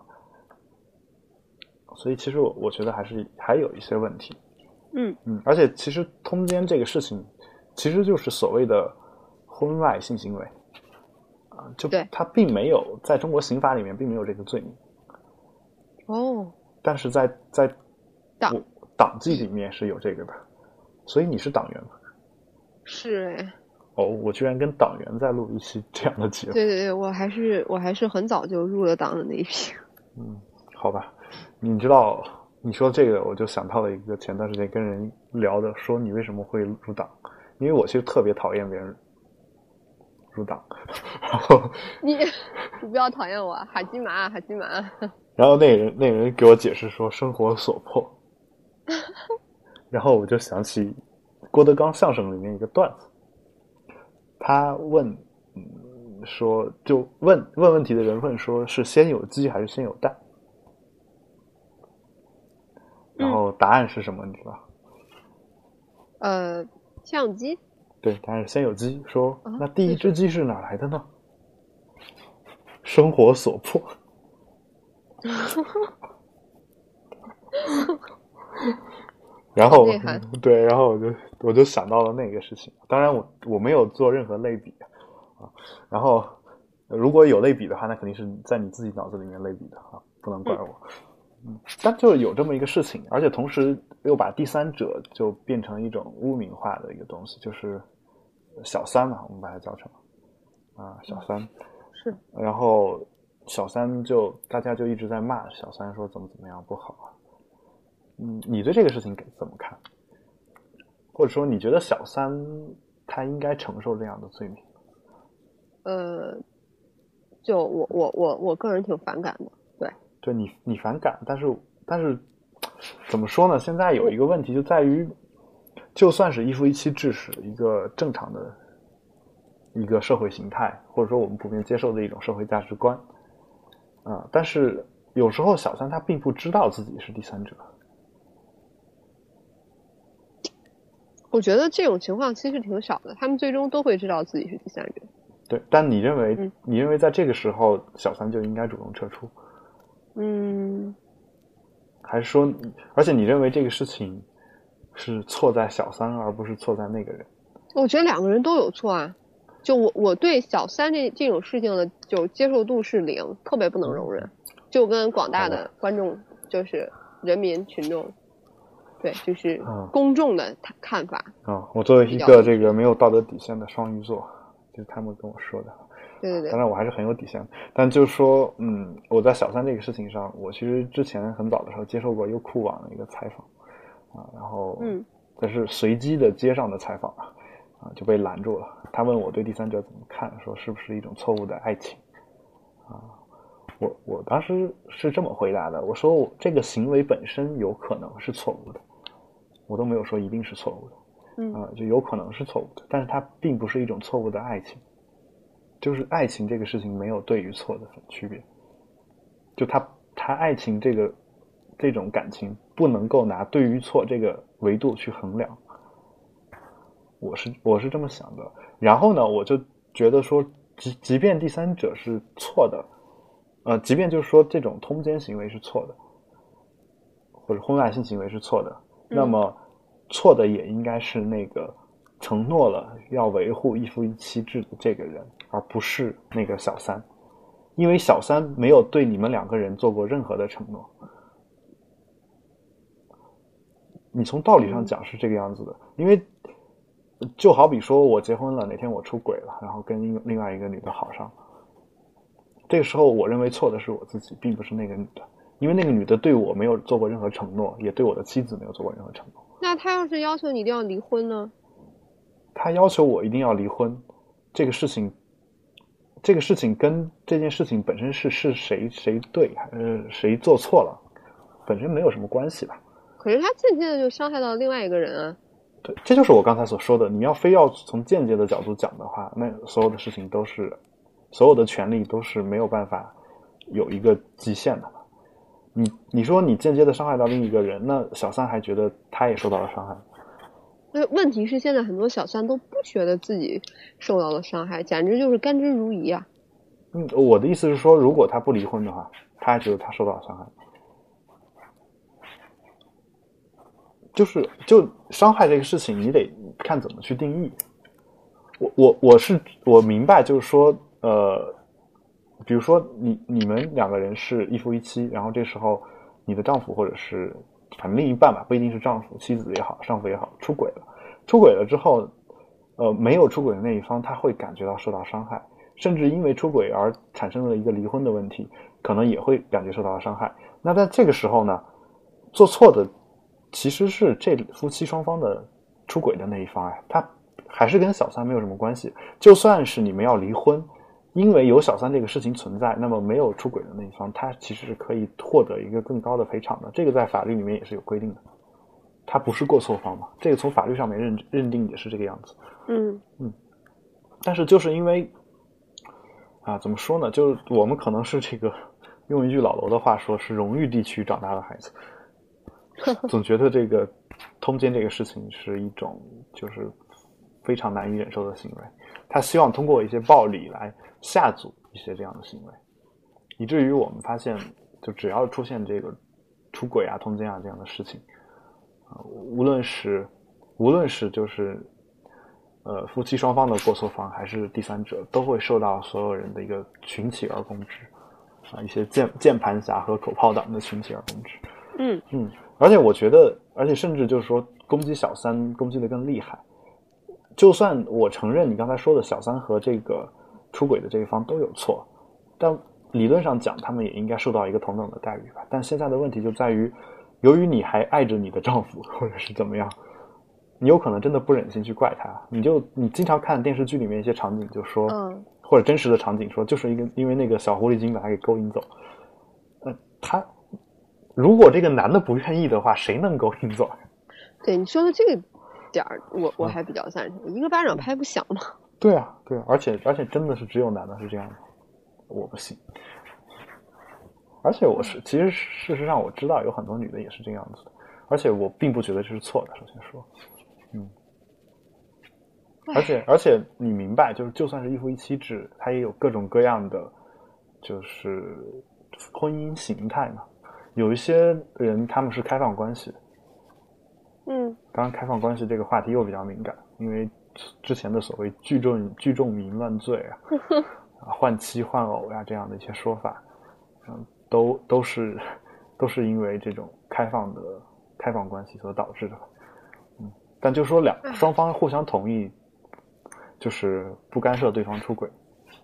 所以其实我我觉得还是还有一些问题。 嗯嗯，而且其实通奸这个事情其实就是所谓的婚外性行为啊，就它并没有在中国刑法里面并没有这个罪名。 哦， 但是在在党党纪里面是有这个的，所以你是党员吗？ 是哎。 哦，我居然跟党员在录一期这样的节目。 对对对，我还是我还是很早就入了党的那一批。 嗯，好吧，你知道你说这个，我就想到了一个前段时间跟人聊的，说你为什么会入党？因为我其实特别讨厌别人入党，然后你你不要讨厌我，哈基马哈基马。 然后那个人那个人给我解释说生活所迫，然后我就想起郭德纲相声里面一个段子，他问，嗯，说就问问问题的人问说是先有鸡还是先有蛋？然后答案是什么？你知道？ 呃，相机。 对，答案是先有鸡。说、 啊、 那第一只鸡是哪来的呢？生活所迫。然后对，然后我就我就想到了那个事情。当然我我没有做任何类比啊。然后如果有类比的话，那肯定是在你自己脑子里面类比的啊，不能怪我。嗯，但就是有这么一个事情，而且同时又把第三者就变成一种污名化的一个东西，就是小三嘛，我们把它叫成啊小三。 是。 然后小三就大家就一直在骂小三，说怎么怎么样不好啊。嗯，你对这个事情怎么看？或者说你觉得小三他应该承受这样的罪名？ 呃，就我我我我个人挺反感的。对， 对你你反感，但是但是怎么说呢？现在有一个问题就在于，就算是一夫一妻制是一个正常的一个社会形态，或者说我们普遍接受的一种社会价值观啊、呃，但是有时候小三他并不知道自己是第三者。 我觉得这种情况其实挺少的，他们最终都会知道自己是第三者。 对，但你认为、 嗯、 你认为在这个时候小三就应该主动撤出？ 嗯， 还是说，而且你认为这个事情是错在小三而不是错在那个人？ 我觉得两个人都有错啊。就我我对小三这这种事情的就接受度是零，特别不能容忍，就跟广大的观众就是人民群众，对，就是公众的看法啊、嗯嗯。我作为一个这个没有道德底线的双鱼座，就是他们跟我说的。 对对对。 当然我还是很有底线，但就是说，嗯，我在小三这个事情上，我其实之前很早的时候接受过优酷网的一个采访啊，然后嗯，这是随机的街上的采访啊，啊就被拦住了。他问我对第三者怎么看，说是不是一种错误的爱情啊？我我当时是这么回答的，我说我这个行为本身有可能是错误的，我都没有说一定是错误的， 嗯啊，就有可能是错误的，但是它并不是一种错误的爱情。就是爱情这个事情没有对与错的区别，就他他爱情这个这种感情不能够拿对与错这个维度去衡量，我是我是这么想的。然后呢，我就觉得说，即即便第三者是错的，呃，即便就是说这种通奸行为是错的，或者婚外性行为是错的， 嗯、 那么错的也应该是那个承诺了要维护一夫一妻制的这个人，而不是那个小三，因为小三没有对你们两个人做过任何的承诺。你从道理上讲是这个样子的，因为就好比说我结婚了，哪天我出轨了，然后跟另外一个女的好上，这个时候我认为错的是我自己，并不是那个女的，因为那个女的对我没有做过任何承诺，也对我的妻子没有做过任何承诺。 那他要是要求你一定要离婚呢？ 他要求我一定要离婚，这个事情，这个事情跟这件事情本身是是谁谁对，呃，谁做错了，本身没有什么关系吧。 可是他间接的就伤害到另外一个人啊。 对，这就是我刚才所说的，你要非要从间接的角度讲的话，那所有的事情都是，所有的权利都是没有办法有一个极限的。你你说你间接的伤害到另一个人，那小三还觉得他也受到了伤害。 那问题是现在很多小三都不觉得自己受到了伤害，简直就是甘之如饴啊。 嗯，我的意思是说，如果他不离婚的话，他还觉得他受到了伤害。就是就伤害这个事情，你得看怎么去定义。我我我是我明白，就是说，呃，比如说你你们两个人是一夫一妻，然后这时候你的丈夫或者是反正另一半吧，不一定是丈夫，妻子也好，丈夫也好，出轨了。出轨了之后， 呃没有出轨的那一方他会感觉到受到伤害，甚至因为出轨而产生了一个离婚的问题，可能也会感觉受到伤害。那在这个时候呢，做错的其实是这夫妻双方的出轨的那一方啊，他还是跟小三没有什么关系。就算是你们要离婚，因为有小三这个事情存在，那么没有出轨的那一方他其实是可以获得一个更高的赔偿的，这个在法律里面也是有规定的，他不是过错方嘛，这个从法律上面认认定也是这个样子。 嗯嗯，但是就是因为啊，怎么说呢，就是我们可能是这个用一句老罗的话说，是荣誉地区长大的孩子，总觉得这个通奸这个事情是一种就是非常难以忍受的行为，他希望通过一些暴力来吓阻一些这样的行为，以至于我们发现就只要出现这个出轨啊通奸啊这样的事情，呃、无论是无论是就是呃夫妻双方的过错方还是第三者，都会受到所有人的一个群起而攻之啊、呃，一些键键盘侠和狗炮党的群起而攻之。 嗯嗯，而且我觉得，而且甚至就是说攻击小三攻击的更厉害。就算我承认你刚才说的小三和这个出轨的这一方都有错，但理论上讲他们也应该受到一个同等的待遇吧。但现在的问题就在于，由于你还爱着你的丈夫或者是怎么样，你有可能真的不忍心去怪他，你就你经常看电视剧里面一些场景就说、 嗯、 或者真实的场景说就是一个因为那个小狐狸精把他给勾引走，呃他如果这个男的不愿意的话，谁能勾引走？ 对你说的这个点儿，我我还比较赞成，嗯、一个巴掌拍不响嘛。 对啊，对啊，而且而且真的是只有男的是这样的，我不信。而且我是，其实事实上我知道有很多女的也是这样子的，而且我并不觉得这是错的。首先说，嗯，而且而且你明白，就是就算是一夫一妻制，它也有各种各样的就是婚姻形态嘛。有一些人他们是开放关系的， 嗯， 当然开放关系这个话题又比较敏感，因为之前的所谓聚众聚众淫乱罪啊，啊换妻换偶呀、啊、这样的一些说法，嗯，都都是都是因为这种开放的开放关系所导致的。嗯，但就说两双方互相同意，就是不干涉对方出轨。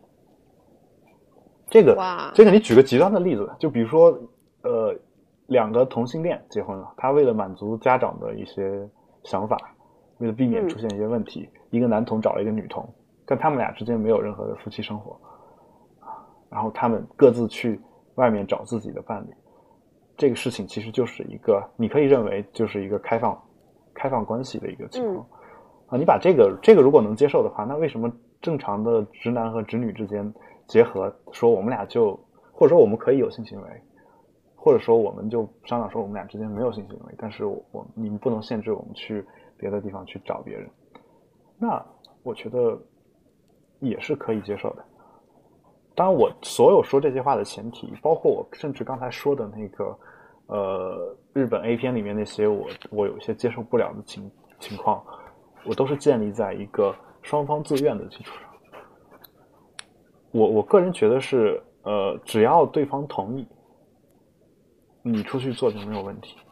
这个这个你举个极端的例子，就比如说呃两个同性恋结婚了，他为了满足家长的一些想法，为了避免出现一些问题，嗯、一个男同找了一个女同，但他们俩之间没有任何的夫妻生活，然后他们各自去外面找自己的伴侣，这个事情其实就是一个你可以认为就是一个开放开放关系的一个情况、嗯、啊，你把这个这个如果能接受的话，那为什么正常的直男和直女之间结合，说我们俩就或者说我们可以有性行为，或者说我们就商量说我们俩之间没有性行为，但是我我你们不能限制我们去别的地方去找别人，那我觉得也是可以接受的。当然我所有说这些话的前提，包括我甚至刚才说的那个呃日本 A 片里面那些我我有一些接受不了的情情况，我都是建立在一个双方自愿的基础上。我我个人觉得是呃只要对方同意，你出去做就没有问题。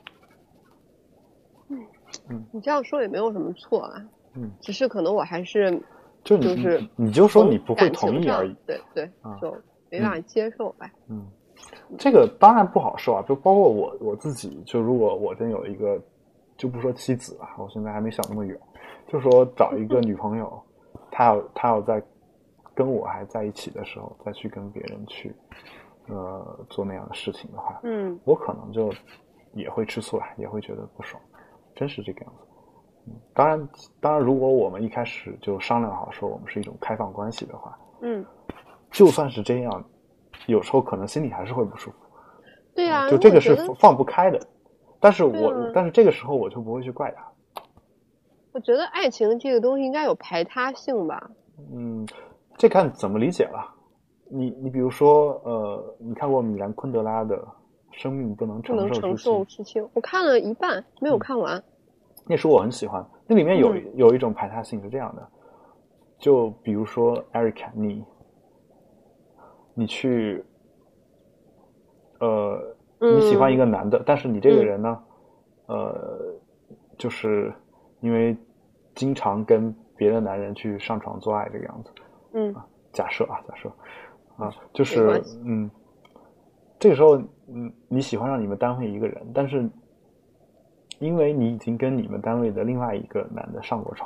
嗯嗯，你这样说也没有什么错啊。 嗯， 只是可能我还是就你就是你就说你不会同意而已。 对对，就没办法接受吧。 嗯，嗯这个当然不好受啊，就包括我我自己，就如果我真有一个，就不说妻子啊，我现在还没想那么远，就说找一个女朋友，她要她要在跟我还在一起的时候，再去跟别人去呃做那样的事情的话， 嗯， 我可能就也会吃醋啊，也会觉得不爽，真是这个样子。嗯，当然，当然，如果我们一开始就商量好说我们是一种开放关系的话， 嗯， 就算是这样，有时候可能心里还是会不舒服。 对呀、啊， 就这个是放不开的。但是我、 啊， 但是这个时候我就不会去怪他。 我觉得爱情这个东西应该有排他性吧。 嗯，这看怎么理解了。你你比如说，呃，你看过米兰昆德拉的《生命不能承受之轻》？ 不能承受之轻，我看了一半，没有看完。嗯， 那书我很喜欢，那里面有、 嗯、 有一种排他性是这样的，就比如说 Erica， 你你去，呃，你喜欢一个男的，嗯、但是你这个人呢，嗯、呃，就是因为经常跟别的男人去上床做爱这个样子。 嗯， 啊、假设啊，假设啊，就是嗯，这个时候嗯，你喜欢上你们单位一个人，但是因为你已经跟你们单位的另外一个男的上过床，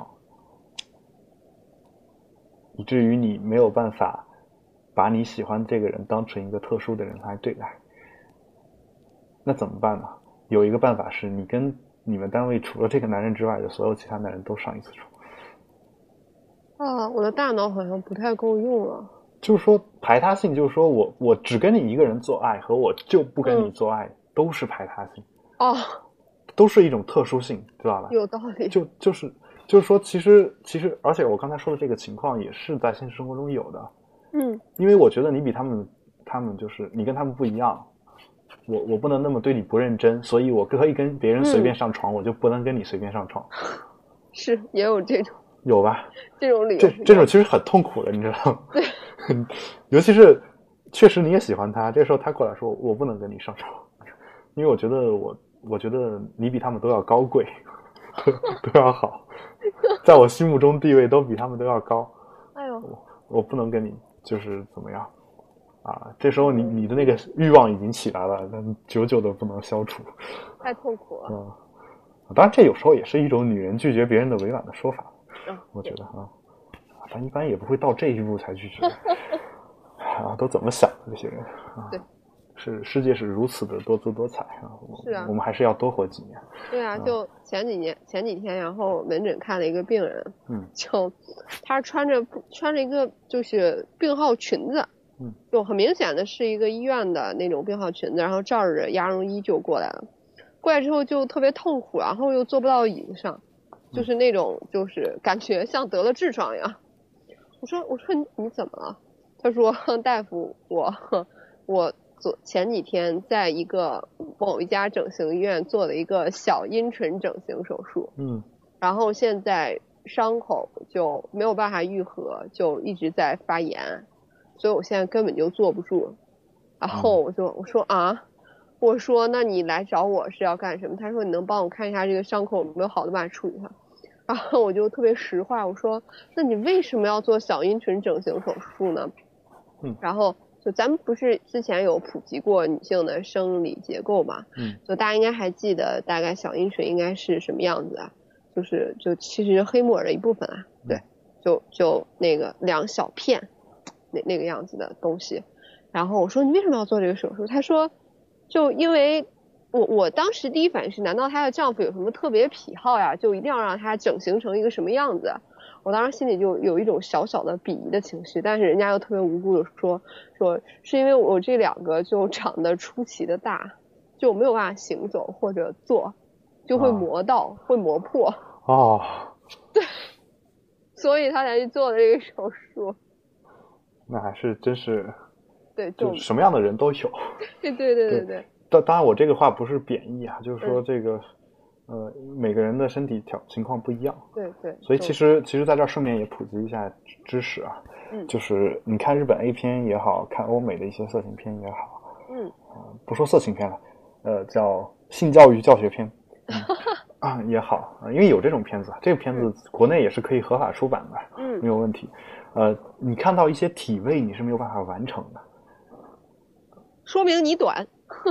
以至于你没有办法把你喜欢这个人当成一个特殊的人来对待，那怎么办呢？有一个办法是你跟你们单位除了这个男人之外的所有其他男人都上一次床。 啊，我的大脑好像不太够用了。 就是说排他性，就是说我我只跟你一个人做爱和我就不跟你做爱、嗯、都是排他性。 哦， 都是一种特殊性，知道吧？ 有道理。 就就是就是说，其实其实，而且我刚才说的这个情况也是在现实生活中有的。 嗯， 因为我觉得你比他们，他们就是你跟他们不一样，我我不能那么对你不认真，所以我可以跟别人随便上床，嗯、我就不能跟你随便上床。 是，也有这种。 有吧？ 这种理由。 这这种其实很痛苦的，你知道吗？ 对。 尤其是确实你也喜欢他，这时候他过来说我不能跟你上床，因为我觉得我。我觉得你比他们都要高贵，都要好，在我心目中地位都比他们都要高。 哎呦， 我我不能跟你就是怎么样啊？这时候你你的那个欲望已经起来了，但久久的不能消除， 太痛苦了。 嗯，当然这有时候也是一种女人拒绝别人的委婉的说法， 嗯、 我觉得啊，但一般也不会到这一步才拒绝啊，都怎么想的这些人啊？ 对。 是世界是如此的多姿多彩啊！ 是啊， 我们还是要多活几年。 对啊，就前几年、嗯、前几天，然后门诊看了一个病人， 嗯， 就他穿着穿着一个就是病号裙子， 嗯， 就很明显的是一个医院的那种病号裙子，然后罩着鸭绒衣就过来了，过来之后就特别痛苦，然后又坐不到椅子上，就是那种就是感觉像得了痔疮一样。我说我说你你怎么了？他说大夫我我。昨前几天在一个某一家整形医院做了一个小阴唇整形手术， 嗯， 然后现在伤口就没有办法愈合，就一直在发炎，所以我现在根本就坐不住。然后我就我说啊，我说那你来找我是要干什么？他说你能帮我看一下这个伤口有没有好的办法处理它。然后我就特别实话，我说那你为什么要做小阴唇整形手术呢？ 嗯， 然后。就咱们不是之前有普及过女性的生理结构嘛？ 嗯， 就大家应该还记得大概小阴唇应该是什么样子啊？就是就其实黑木耳的一部分啊，对，就就那个两小片，那那个样子的东西。然后我说你为什么要做这个手术？他说就因为我我当时第一反应是，难道她的丈夫有什么特别癖好呀？就一定要让她整形成一个什么样子？我当时心里就有一种小小的鄙夷的情绪，但是人家又特别无辜的说说是因为我这两个就长得出奇的大，就没有办法行走或者坐，就会磨到、啊、会磨破哦， 对，所以他才去做的这个手术。 那还是真是对， 就什么样的人都有。 对对对对对。 当当然，我这个话不是贬义啊，就是说这个。嗯呃，每个人的身体条情况不一样， 对对， 所以其实其实在这儿顺便也普及一下知识啊， 嗯，就是你看日本 A 片也好看欧美的一些色情片也好， 嗯， 呃、不说色情片了，呃，叫性教育教学片，嗯、啊也好、呃，因为有这种片子，这个片子国内也是可以合法出版的， 嗯， 没有问题。呃，你看到一些体位你是没有办法完成的， 说明你短。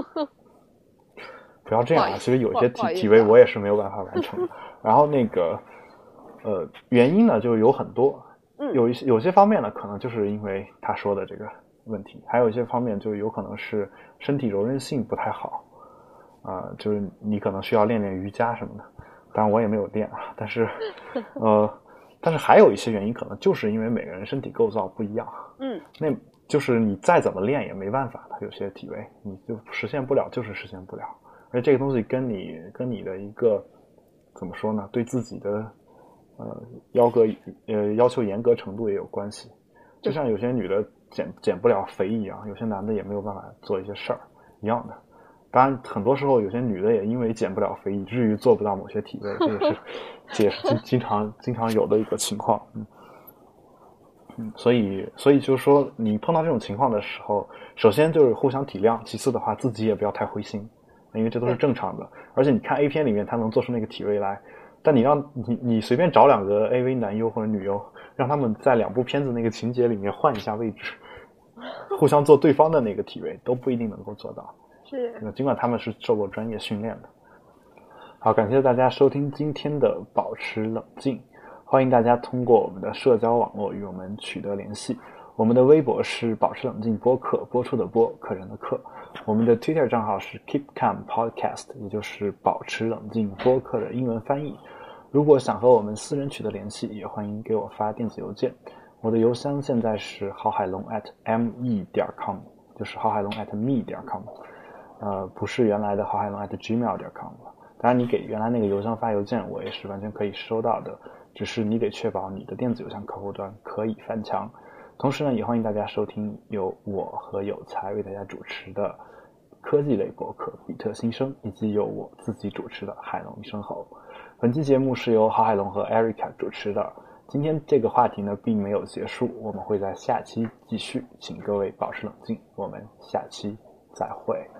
不要这样啊！其实有些体体位我也是没有办法完成的。然后那个，呃，原因呢就有很多，有一些有些方面呢，可能就是因为他说的这个问题，还有一些方面就有可能是身体柔韧性不太好，啊、呃，就是你可能需要练练瑜伽什么的。当然我也没有练啊，但是，呃，但是还有一些原因，可能就是因为每个人身体构造不一样， 嗯， 那就是你再怎么练也没办法的，有些体位你就实现不了，就是实现不了。而这个东西跟你跟你的一个怎么说呢？对自己的呃要格呃要求严格程度也有关系。就像有些女的减减不了肥一样，有些男的也没有办法做一些事儿一样的。当然，很多时候有些女的也因为减不了肥，以至于做不到某些体位，这也是这也是经经常经常有的一个情况。嗯嗯，所以所以就是说，你碰到这种情况的时候，首先就是互相体谅，其次的话，自己也不要太灰心。因为这都是正常的，而且你看 A 片里面他能做出那个体位来， 但你让你你随便找两个 A V 男优或者女优，让他们在两部片子那个情节里面换一下位置，互相做对方的那个体位，都不一定能够做到。 是， 尽管他们是受过专业训练的。好，感谢大家收听今天的保持冷静，欢迎大家通过我们的社交网络与我们取得联系。我们的微博是保持冷静播客，播出的播，客人的客。我们的 Twitter 账号是 Keep Calm Podcast， 也就是保持冷静播客的英文翻译。如果想和我们私人取得联系，也欢迎给我发电子邮件。我的邮箱现在是郝海龙 at me 点 com， 就是郝海龙 at me 点 com， 呃，不是原来的郝海龙 at gmail 点 com。当然，你给原来那个邮箱发邮件，我也是完全可以收到的，只是你得确保你的电子邮箱客户端可以翻墙。同时呢，也欢迎大家收听由我和有才为大家主持的科技类博客比特新生，以及由我自己主持的海龙一声吼。本期节目是由郝海龙和 Erica 主持的。今天这个话题呢并没有结束，我们会在下期继续，请各位保持冷静，我们下期再会。